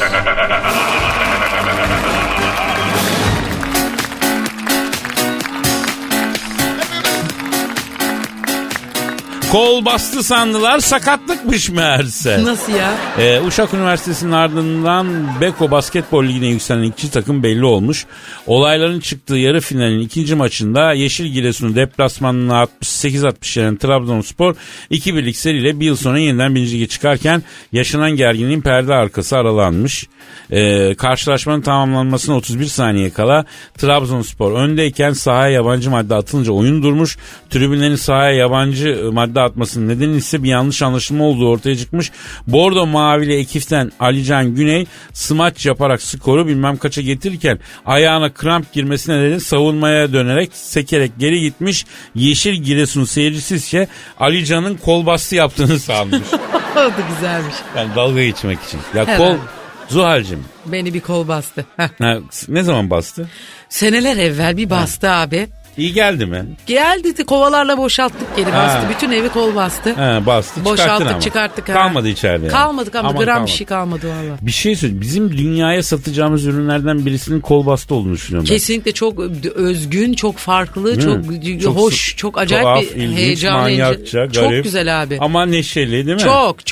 Kol bastı sandılar, sakatlıkmış meğerse. Nasıl ya? Ee, Uşak Üniversitesi'nin ardından Beko Basketbol Ligi'ne yükselen iki takım belli olmuş. Olayların çıktığı yarı finalin ikinci maçında Yeşil Giresun'u deplasmanına altmış sekiz altmış yenen Trabzonspor iki birlik seriyle bir yıl sonra yeniden birinci lige çıkarken yaşanan gerginliğin perde arkası aralanmış. Ee, karşılaşmanın tamamlanmasına otuz bir saniye kala Trabzonspor öndeyken sahaya yabancı madde atılınca oyun durmuş. Tribünlerin sahaya yabancı madde atmasının nedeni ise bir yanlış anlaşılma olduğu ortaya çıkmış. Bordo Mavili ekipten Alican Güney smaç yaparak skoru bilmem kaça getirirken ayağına kramp girmesi nedeniyle savunmaya dönerek sekerek geri gitmiş. Yeşil Giresun seyircisi ise Alican'ın kol bastı yaptığını sanmış. O da güzelmiş. Yani dalga geçmek için. Ya Hemen. kol Zuhal'cim. Beni bir kol bastı. Heh. Ha, ne zaman bastı? Seneler evvel bir bastı ha. abi. İyi geldi mi? Geldi, kovalarla boşalttık, geri bastı. Ha. Bütün evi kol bastı. Ha, bastı. Boşalttık ama. çıkarttık. Ha. Kalmadı içeride. Kalmadı kalmadı. Aman Gram kalmadı. bir şey kalmadı valla. Bir şey söyleyeyim. Bizim dünyaya satacağımız ürünlerden birisinin kol bastı olduğunu düşünüyorum ben. Kesinlikle çok özgün, çok farklı, çok, çok hoş, çok acayip tuhaf, bir ilginç, heyecan. manyakça, garip. Çok güzel abi. Ama neşeli değil mi? Çok çok.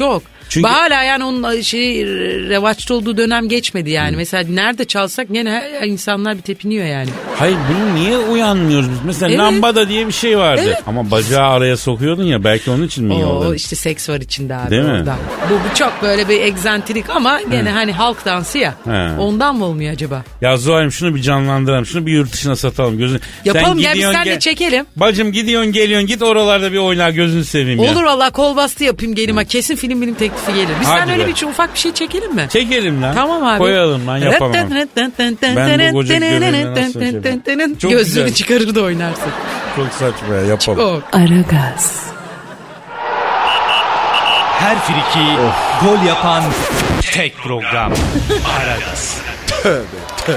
Çünkü hala yani onun şey revaçta olduğu dönem geçmedi yani. Hmm. Mesela nerede çalsak gene her insanlar bir tepiniyor yani. Hayır, bunu niye uyanmıyoruz biz? Mesela evet. lambada diye bir şey vardı. Evet. Ama bacağı araya sokuyordun ya, belki onun için mi iyi oldu? O işte seks var içinde abi. Değil mi? Orada. Bu, bu çok böyle bir egzantrik ama gene He. hani halk dansı ya. He. Ondan mı olmuyor acaba? Ya Zuhal'im şunu bir canlandıralım. Şunu bir yurt dışına satalım. Gözün... Yapalım ya, biz seninle çekelim. Bacım gidiyorsun geliyorsun, git oralarda bir oynar, gözünü seveyim ya. Olur valla, kol bastı yapayım gelin. Ha. Kesin film bilim teklifi gelir. Biz sen öyle bir ufak bir şey çekelim mi? Çekelim lan. Tamam abi. Koyalım lan, yapamam. Ben bu koca göbeğimle nasıl çekelim? Gözlüğünü çıkarır da oynarsın. Çok saçma ya, yapalım. Çok. Aragaz. Her friki oh. gol yapan tek program. Aragaz. Tövbe tövbe.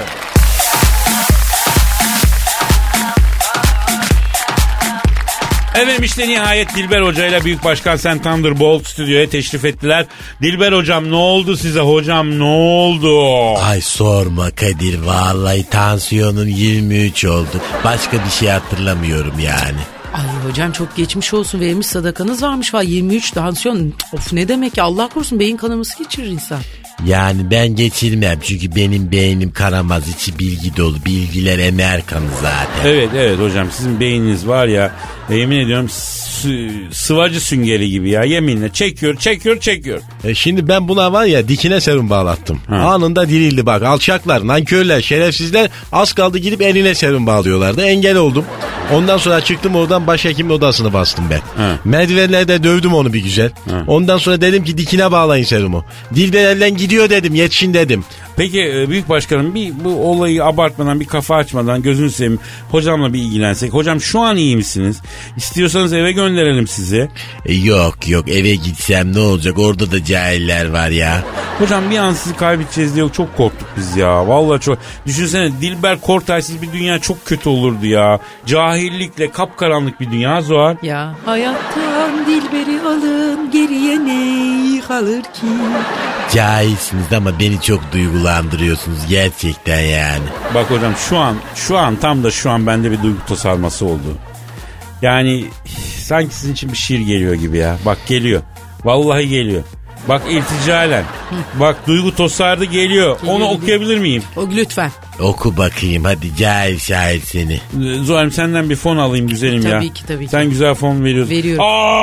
Efendim işte nihayet Dilber Hoca ile Büyük Başkan Sen Thunderbolt stüdyoya teşrif ettiler. Dilber hocam ne oldu size, hocam ne oldu? Ay sorma Kadir, vallahi tansiyonum yirmi üç oldu. Başka bir şey hatırlamıyorum yani. Ay hocam çok geçmiş olsun, verilmiş sadakanız varmış var. yirmi üç tansiyon, of ne demek ya, Allah korusun, beyin kanaması geçirir insan. Yani ben geçirmem çünkü benim beynim karamaz, içi bilgi dolu, bilgiler emer kanı zaten. Evet evet hocam, sizin beyniniz var ya, yemin ediyorum sıvacı süngeri gibi ya, yeminle çekiyor çekiyor çekiyor. E şimdi ben buna var ya dikine serum bağlattım. Ha. Anında dirildi bak, alçaklar, nankörler, şerefsizler az kaldı gidip eline serum bağlıyorlardı, engel oldum. Ondan sonra çıktım oradan, başhekimin odasını bastım ben. Ha. Merdivenlerde dövdüm onu bir güzel. Ha. Ondan sonra dedim ki dikine bağlayın serumu. Dilber elden gidiyor dedim, yetişin dedim. Peki Büyük Başkanım, bir bu olayı abartmadan, bir kafa açmadan gözünü seveyim hocamla bir ilgilensek. Hocam şu an iyi misiniz? İstiyorsanız eve gönderelim sizi. E yok yok, eve gitsem ne olacak, orada da cahiller var ya. Hocam bir an sizi kaybedeceğiz diye çok korktuk biz ya. Vallahi çok. Düşünsene, Dilber Kortay'sız bir dünya çok kötü olurdu ya. Cahillikle kapkaranlık bir dünya Zuhal. Ya hayattan Dilber'i alın, geriye ne kalır ki? Cahilsiniz ama beni çok duygulandırıyorsunuz gerçekten yani. Bak hocam şu an şu an tam da şu an bende bir duygu tasarması oldu. Yani sanki sizin için bir şiir geliyor gibi ya. Bak geliyor. Vallahi geliyor. Bak ilticalen. Bak duygu tosardı geliyor. Geliyor. Onu okuyabilir miyim? O lütfen. Oku bakayım hadi cahil şahit seni. Zuhal'im senden bir fon alayım güzelim tabii ya. Tabii ki tabii ki. Sen güzel fon veriyorsun. Veriyorum.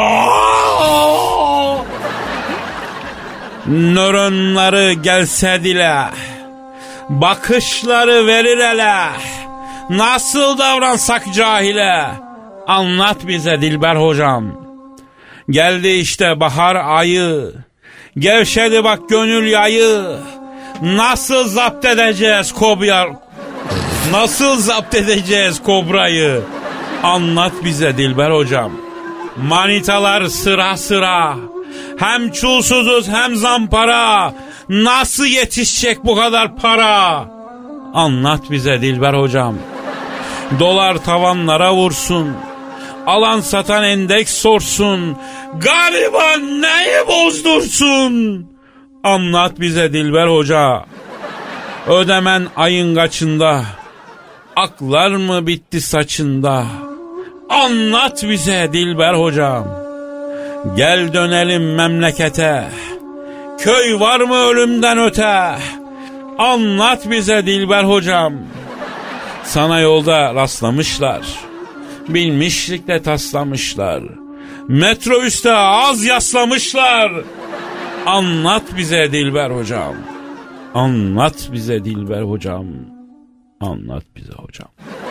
Nöronları gelse dile, bakışları verir ele, nasıl davransak cahile, anlat bize Dilber hocam. Geldi işte bahar ayı, gevşedi bak gönül yayı, nasıl zapt edeceğiz kobra, nasıl zapt edeceğiz kobrayı, anlat bize Dilber hocam. Manitalar sıra sıra, hem çulsuzuz hem zampara, nasıl yetişecek bu kadar para, anlat bize Dilber hocam. Dolar tavanlara vursun, alan satan endeks sorsun, galiba neyi bozdursun, anlat bize Dilber hoca. Ödemen ayın kaçında, aklar mı bitti saçında, anlat bize Dilber hocam. Gel dönelim memlekete, köy var mı ölümden öte, anlat bize Dilber hocam. Sana yolda rastlamışlar, bilmişlikle taslamışlar, metrobüste az yaslamışlar, anlat bize Dilber hocam. Anlat bize Dilber hocam. Anlat bize hocam.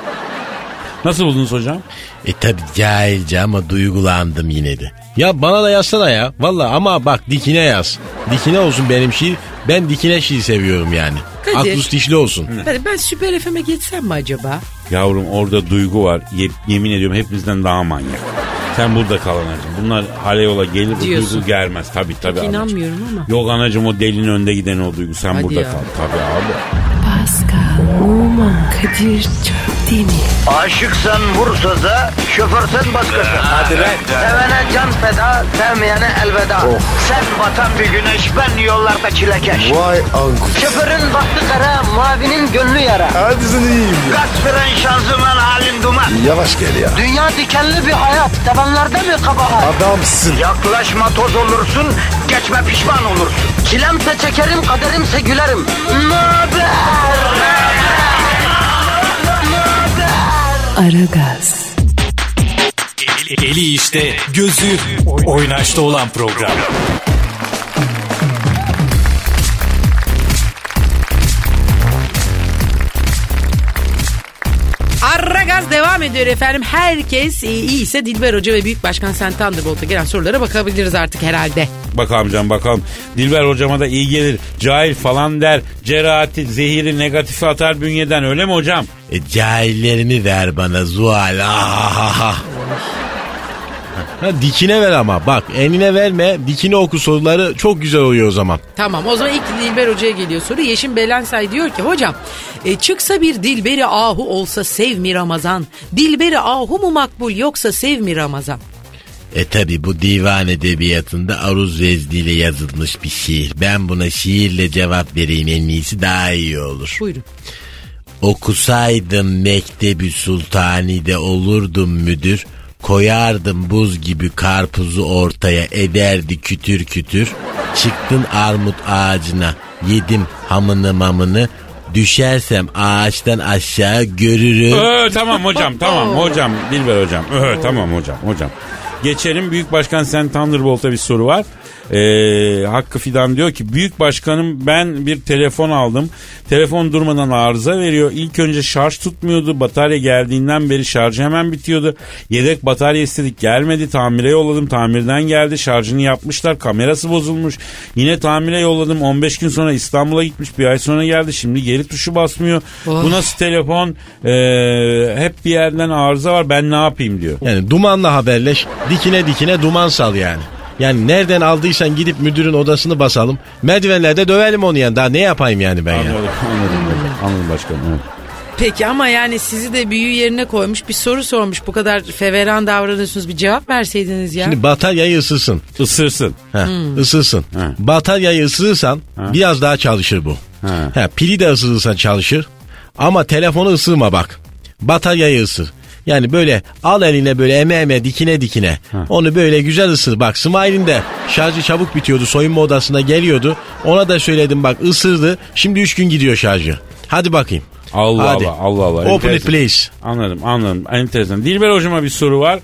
Nasıl buldunuz hocam? E tabi cahilce ama duygulandım yine de. Ya bana da yazsana ya. Valla ama bak dikine yaz. Dikine olsun benim şiir. Ben dikine şiir seviyorum yani. Aklus dişli olsun. Hadi ben Süper F M'e geçsem mi acaba? Yavrum orada duygu var. Ye- yemin ediyorum hepimizden daha manyak. Sen burada kal anacığım. Bunlar hale yola gelir, bu duygu gelmez. Tabii tabii anacığım. İnanmıyorum ama. Yok anacığım, o delinin önde giden o duygu. Sen hadi burada ya. kal. Tabii abi. Pascal, Oman, Kadir çok değil mi? Aşıksan vursa da, şoförsen başkasın. Hadi lan. Sevene can feda, sevmeyene elveda. Oh. Sen batan bir güneş, ben yollarda çilekeş. Vay anku. Şoförün baktı severe, mavinin gönlü yara. Hadi sen iyiyim ya. Kasperen şanzıman halin duman. Yavaş gel ya. Dünya dikenli bir hayat, sevenlerde mi kabahar? Adamsın. Yaklaşma toz olursun, geçme pişman olursun. Çilemse çekerim, kaderimse gülerim. Möber! Aragaz. Eli işte, gözü oynaşta olan program. Aragaz devam ediyor efendim. Herkes iyiyse Dilber Hoca ve Büyük Başkan Sen Thunderbolt'a gelen sorulara bakabiliriz artık herhalde. Bakalım canım bakalım. Dilber hocama da iyi gelir. Cahil falan der. Cerahati, zehiri, negatifi atar bünyeden, öyle mi hocam? E, cahillerini ver bana Zuhal. Ah. Ha, dikine ver ama bak, enine verme, dikine oku, soruları çok güzel oluyor o zaman. Tamam, o zaman ilk Dilber Hoca'ya geliyor soru. Yeşim Belensay diyor ki hocam e, çıksa bir Dilberi ahu olsa sev mi Ramazan? Dilberi ahu mu makbul yoksa sev mi Ramazan? E tabi bu divan edebiyatında aruz vezniyle yazılmış bir şiir. Ben buna şiirle cevap vereyim, en iyisi daha iyi olur. Buyurun. Okusaydım Mektebi Sultani'de olurdum müdür. Koyardım buz gibi karpuzu ortaya, ederdi kütür kütür. Çıktın armut ağacına, yedim hamını mamını. Düşersem ağaçtan aşağı görürüm. Ee, tamam hocam tamam hocam Dilber hocam. Ee, tamam hocam hocam. Geçelim, Büyük Başkan Sen Thunderbolt'a bir soru var. Ee, Hakkı Fidan diyor ki Büyük Başkanım, ben bir telefon aldım. Telefon durmadan arıza veriyor. İlk önce şarj tutmuyordu. Batarya geldiğinden beri şarjı hemen bitiyordu. Yedek batarya istedik, gelmedi. Tamire yolladım. Tamirden geldi. Şarjını yapmışlar. Kamerası bozulmuş. Yine tamire yolladım. on beş gün sonra İstanbul'a gitmiş. Bir ay sonra geldi. Şimdi geri tuşu basmıyor. Oh. Bu nasıl telefon? Ee, hep bir yerden arıza var. Ben ne yapayım diyor. Yani dumanla haberleş, dikine dikine duman sal yani. Yani nereden aldıysan gidip müdürün odasını basalım. Merdivenlerde dövelim onu yani. Daha ne yapayım yani ben ya. Anladım, anladım, hocam. Anladım başkanım. Evet. Peki ama yani sizi de büyü yerine koymuş, bir soru sormuş. Bu kadar feveran davranıyorsunuz, bir cevap verseydiniz ya. Şimdi bataryayı ısırsın. Isırsın. Ha, Hmm. ısırsın. Ha. Bataryayı ısırırsan Ha. biraz daha çalışır bu. Ha. Ha, pili de ısırırsan çalışır. Ama telefonu ısırma bak. Bataryayı ısır. Yani böyle al eline, böyle eme eme, dikine dikine. Ha. Onu böyle güzel ısır. Bak Smile'in de şarjı çabuk bitiyordu. Soyunma odasına geliyordu. Ona da söyledim bak, ısırdı. Şimdi üç gün gidiyor şarjı. Hadi bakayım. Allah Hadi. Allah Allah Allah. Open it please. Anladım anladım. Enteresan. Dilber hocama bir soru var.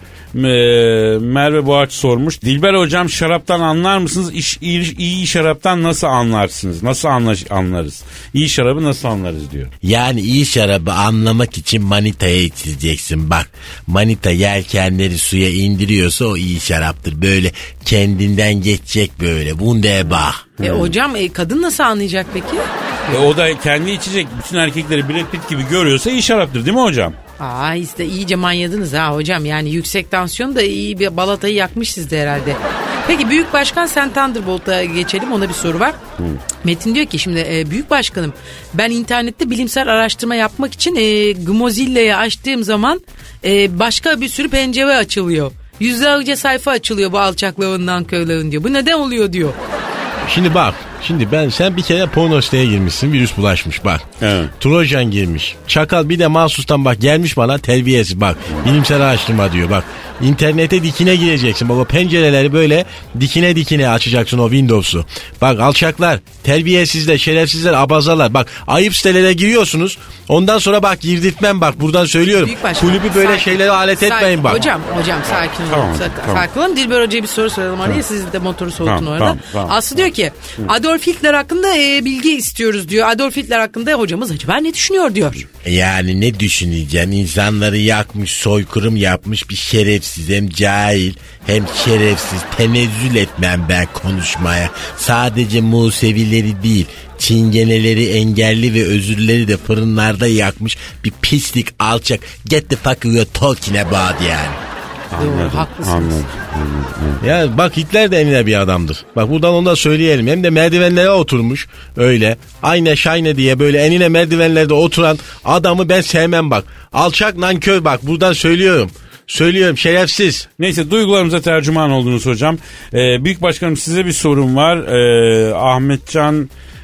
Ee, Merve Boğaç sormuş. Dilber hocam, şaraptan anlar mısınız? İş, iyi, iyi şaraptan nasıl anlarsınız? Nasıl anlaş, anlarız? İyi şarabı nasıl anlarız diyor. Yani iyi şarabı anlamak için manitaya içireceksin. Bak, manita yelkenleri suya indiriyorsa o iyi şaraptır. Böyle kendinden geçecek böyle. Wunderbar. E hocam e, kadın nasıl anlayacak peki? E, o da kendi içecek. Bütün erkekleri Brad Pitt gibi görüyorsa iyi şaraptır değil mi hocam? Aa işte iyice manyadınız ha hocam. Yani yüksek tansiyon da iyi bir balatayı yakmış sizde herhalde. Peki Büyük Başkan Sen Thunderbolt'a geçelim, ona bir soru var. Hmm. Metin diyor ki şimdi e, Büyük Başkanım, ben internette bilimsel araştırma yapmak için e, Mozilla'yı açtığım zaman e, başka bir sürü pencere açılıyor. Yüzlerce sayfa açılıyor bu alçaklığından köylüğün diyor. Bu neden oluyor diyor. Şimdi bak. Şimdi ben sen bir kere porno siteye girmişsin, virüs bulaşmış bak. Evet. Trojan girmiş. Çakal bir de mahsustan bak gelmiş bana, terbiyesiz bak. Bilimsel araştırma diyor bak. İnternete dikine gireceksin. Bak o pencereleri böyle dikine dikine açacaksın, o Windows'u. Bak alçaklar, terbiyesizler, şerefsizler, abazalar. Bak ayıp sitelere giriyorsunuz. Ondan sonra bak girdirtmem, bak buradan söylüyorum. Kulübü böyle sakin, şeylere alet sakin. etmeyin bak. Hocam hocam sakin olun. Tamam, Sakin, tamam. sakin olun. Dilber Hoca'ya bir soru soralım araya. Tamam. Siz de motoru soğutun Tamam, orada. tamam, tamam. Aslı diyor ki Adolf Hitler hakkında e, bilgi istiyoruz diyor. Adolf Hitler hakkında hocamız acaba ne düşünüyor diyor. Yani ne düşüneceksin? İnsanları yakmış, soykırım yapmış bir şerefsiz, hem cahil hem şerefsiz. Tenezzül etmem ben konuşmaya. Sadece Musevileri değil, Çingeneleri, engelli ve özürleri de fırınlarda yakmış bir pislik, alçak. Get the fuck you're talking about yani. Doğru, haklısınız. Anladım, anladım. Ya bak Hitler de enine bir adamdır. Bak buradan onu da söyleyelim. Hem de merdivenlere oturmuş öyle. Ayna şayne diye böyle enine merdivenlerde oturan adamı ben sevmem bak. Alçak, nankör, bak buradan söylüyorum. Söylüyorum, şerefsiz. Neyse, duygularımıza tercüman oldunuz hocam. Ee, Büyük Başkanım, size bir sorum var. Ee, Ahmetcan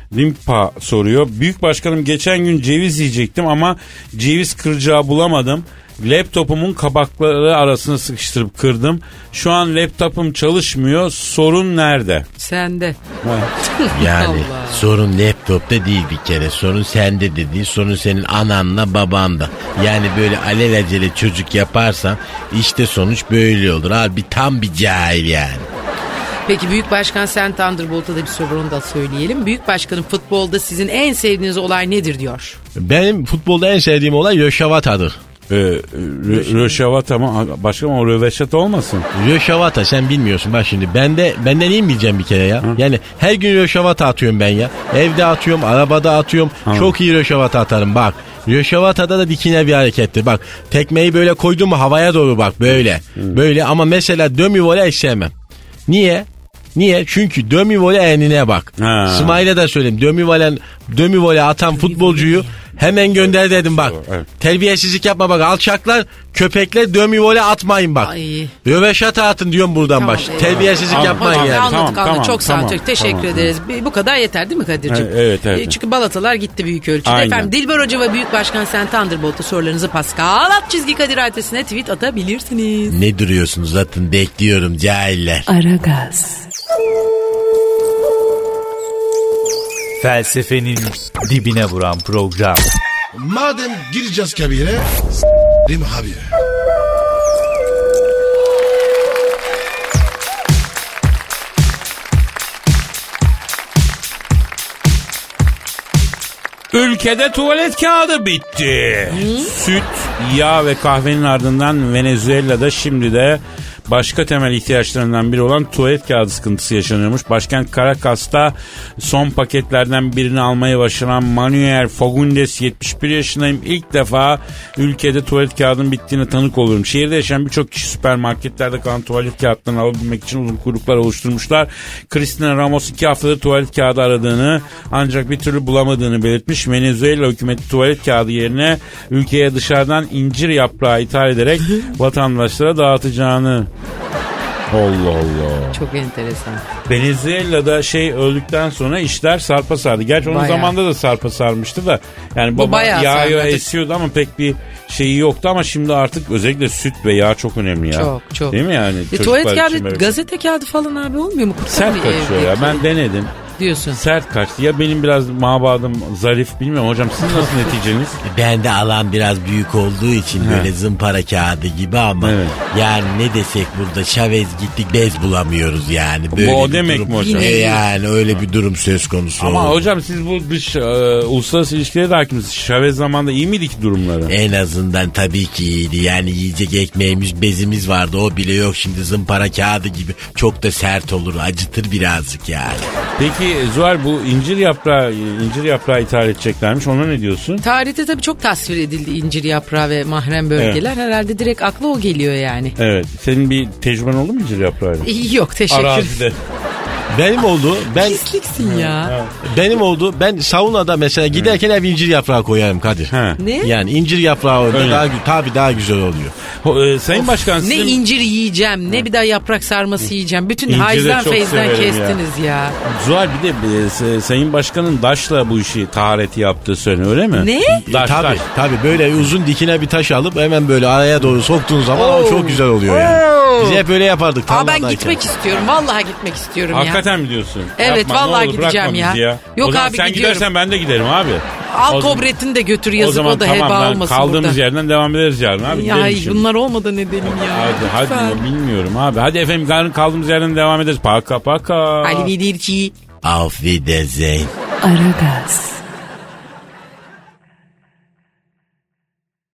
Limpa soruyor. Büyük başkanım, geçen gün ceviz yiyecektim ama ceviz kıracağı bulamadım. Laptopumun kabakları arasına sıkıştırıp kırdım. Şu an laptopum çalışmıyor. Sorun nerede? Sende. Yani Allah. sorun laptopta değil bir kere. Sorun sende de değil. Sorun senin ananla babanda. Yani böyle alelacele çocuk yaparsan işte sonuç böyle olur. Abi tam bir cahil yani. Peki Büyük Başkan Sen Thunderbolt'a da bir soru, onu da söyleyelim. Büyük Başkanım, futbolda sizin en sevdiğiniz olay nedir diyor. Benim futbolda en sevdiğim olay röşavatadır. Ee, rö- röşavata mı? Başka mı o röveşat olmasın? Röşavata sen bilmiyorsun bak şimdi. Ben de benden iyi mi bileceğim bir kere ya? Hı? Yani her gün röşavata atıyorum ben ya. Evde atıyorum, arabada atıyorum. Hı. Çok iyi röşavata atarım bak. Röşavatada da dikine bir harekettir. Bak tekmeyi böyle koydum mu havaya doğru bak böyle. Hı. Böyle ama mesela dömü voley hiç sevmem. Niye? Niye? Çünkü dömü voley enine bak. İsmail'e de söyleyeyim. Dömü voley, dömü voley atan futbolcuyu hemen gönder dedim bak. Evet. Terbiyesizlik yapma bak. Alçaklar, köpekler dömü voley atmayın bak. Röveşata atın diyorum buradan tamam, baş. Evet. Terbiyesizlik tamam, tamam, yapmayın yani. Anladık tamam, anladık. Tamam, Çok sağ olun. tamam, Teşekkür tamam, ederiz. Tamam. Bu kadar yeter değil mi Kadir'ciğim? Evet, evet. Çünkü balatalar gitti büyük ölçüde. Aynen. Efendim Dilber Hoca ve Büyük Başkan Sen Thunderbolt'a sorularınızı Pascal alt çizgi Kadir adresine tweet atabilirsiniz. Ne duruyorsunuz, atın, bekliyorum cahiller. Aragaz. Felsefenin dibine vuran program. Madem gireceğiz kabire, s***rim abi. Ülkede tuvalet kağıdı bitti. Hı? Süt, yağ ve kahvenin ardından Venezuela'da şimdi de başka temel ihtiyaçlarından biri olan tuvalet kağıdı sıkıntısı yaşanıyormuş. Başkent Caracas'ta son paketlerden birini almayı başaran Manuel Fagundes, yetmiş bir yaşındayım. İlk defa ülkede tuvalet kağıdının bittiğine tanık oluyorum. Şehirde yaşayan birçok kişi süpermarketlerde kalan tuvalet kağıtlarını alabilmek için uzun kuyruklar oluşturmuşlar. Cristina Ramos iki haftadır tuvalet kağıdı aradığını ancak bir türlü bulamadığını belirtmiş. Venezuela hükümeti tuvalet kağıdı yerine ülkeye dışarıdan incir yaprağı ithal ederek vatandaşlara dağıtacağını. Allah Allah. Çok enteresan. Venezuela'da şey öldükten sonra işler sarpa sardı. Gerçi onun bayağı. Zamanda da sarpa sarmıştı da. Yani baba yağıyor esiyordu ama pek bir şeyi yoktu ama şimdi artık özellikle süt ve yağ çok önemli ya. Çok çok. Değil mi yani? E, tuvalet kağıdı, gazete kağıdı falan abi olmuyor mu? Sert kaçıyor ya. Ben denedim. Diyorsun. Sert kaçtı. Ya benim biraz mabadım zarif, bilmiyorum hocam, sizin nasıl neticeniz? Ben de alan biraz büyük olduğu için He. böyle zımpara kağıdı gibi ama evet. yani ne desek burada Chavez gittik bez bulamıyoruz yani. Böyle bu o demek durum, mi hocam? E yani öyle bir durum söz konusu. Ama oldu. hocam siz bu dış e, uluslararası ilişkilere de hakimsiniz. Chavez zamanında iyi miydi ki durumları? En azından tabii ki iyiydi. Yani yiyecek ekmeğimiz, bezimiz vardı. O bile yok şimdi, zımpara kağıdı gibi. Çok da sert olur, acıtır birazcık yani. Peki Zuhal, bu incir yaprağı incir yaprağı ithal edeceklermiş. Ona ne diyorsun? Tarihte tabii çok tasvir edildi incir yaprağı ve mahrem bölgeler. Evet. Herhalde direkt akla o geliyor yani. Evet. Senin bir tecrüben oldu mu incir yaprağıyla? Yok, teşekkür Arazide. Benim oldu. Ben pisliksin ya. Evet. Benim oldu. Ben saunada mesela giderken hep incir yaprağı koyarım Kadir. Ha. Ne? Yani incir yaprağı daha tabii daha güzel oluyor. O, e, Sayın of, Başkan ne sizin... incir yiyeceğim, ne bir daha yaprak sarması yiyeceğim. Bütün hayızdan feyizden kestiniz ya. ya. Zuhal, bir de e, Sayın Başkan'ın daşla bu işi tahareti yaptığı söyleniyor, öyle mi? Ne? Daş, tabii daş. tabii böyle uzun dikine bir taş alıp hemen böyle araya doğru soktuğun zaman o çok güzel oluyor yani. Biz hep böyle yapardık. Aa, ben gitmek istiyorum. Vallahi gitmek istiyorum Hakikaten ya. Hakikaten mi diyorsun? Evet, yapma, vallahi olur, gideceğim ya. ya. Yok o zaman abi, sen gidiyorum. Gidersen ben de giderim abi. Al kobretini de götür, yazık, o, zaman, o da tamam, heba olmasın kaldığımız burada. yerden devam ederiz yarın abi. Ya bunlar olmadan edelim ya. Hadi Lütfen. hadi bilmiyorum abi. Hadi efendim, yarın kaldığımız yerden devam ederiz. Paka paka. Arrivederci. Auf Wiedersehen. Aragaz.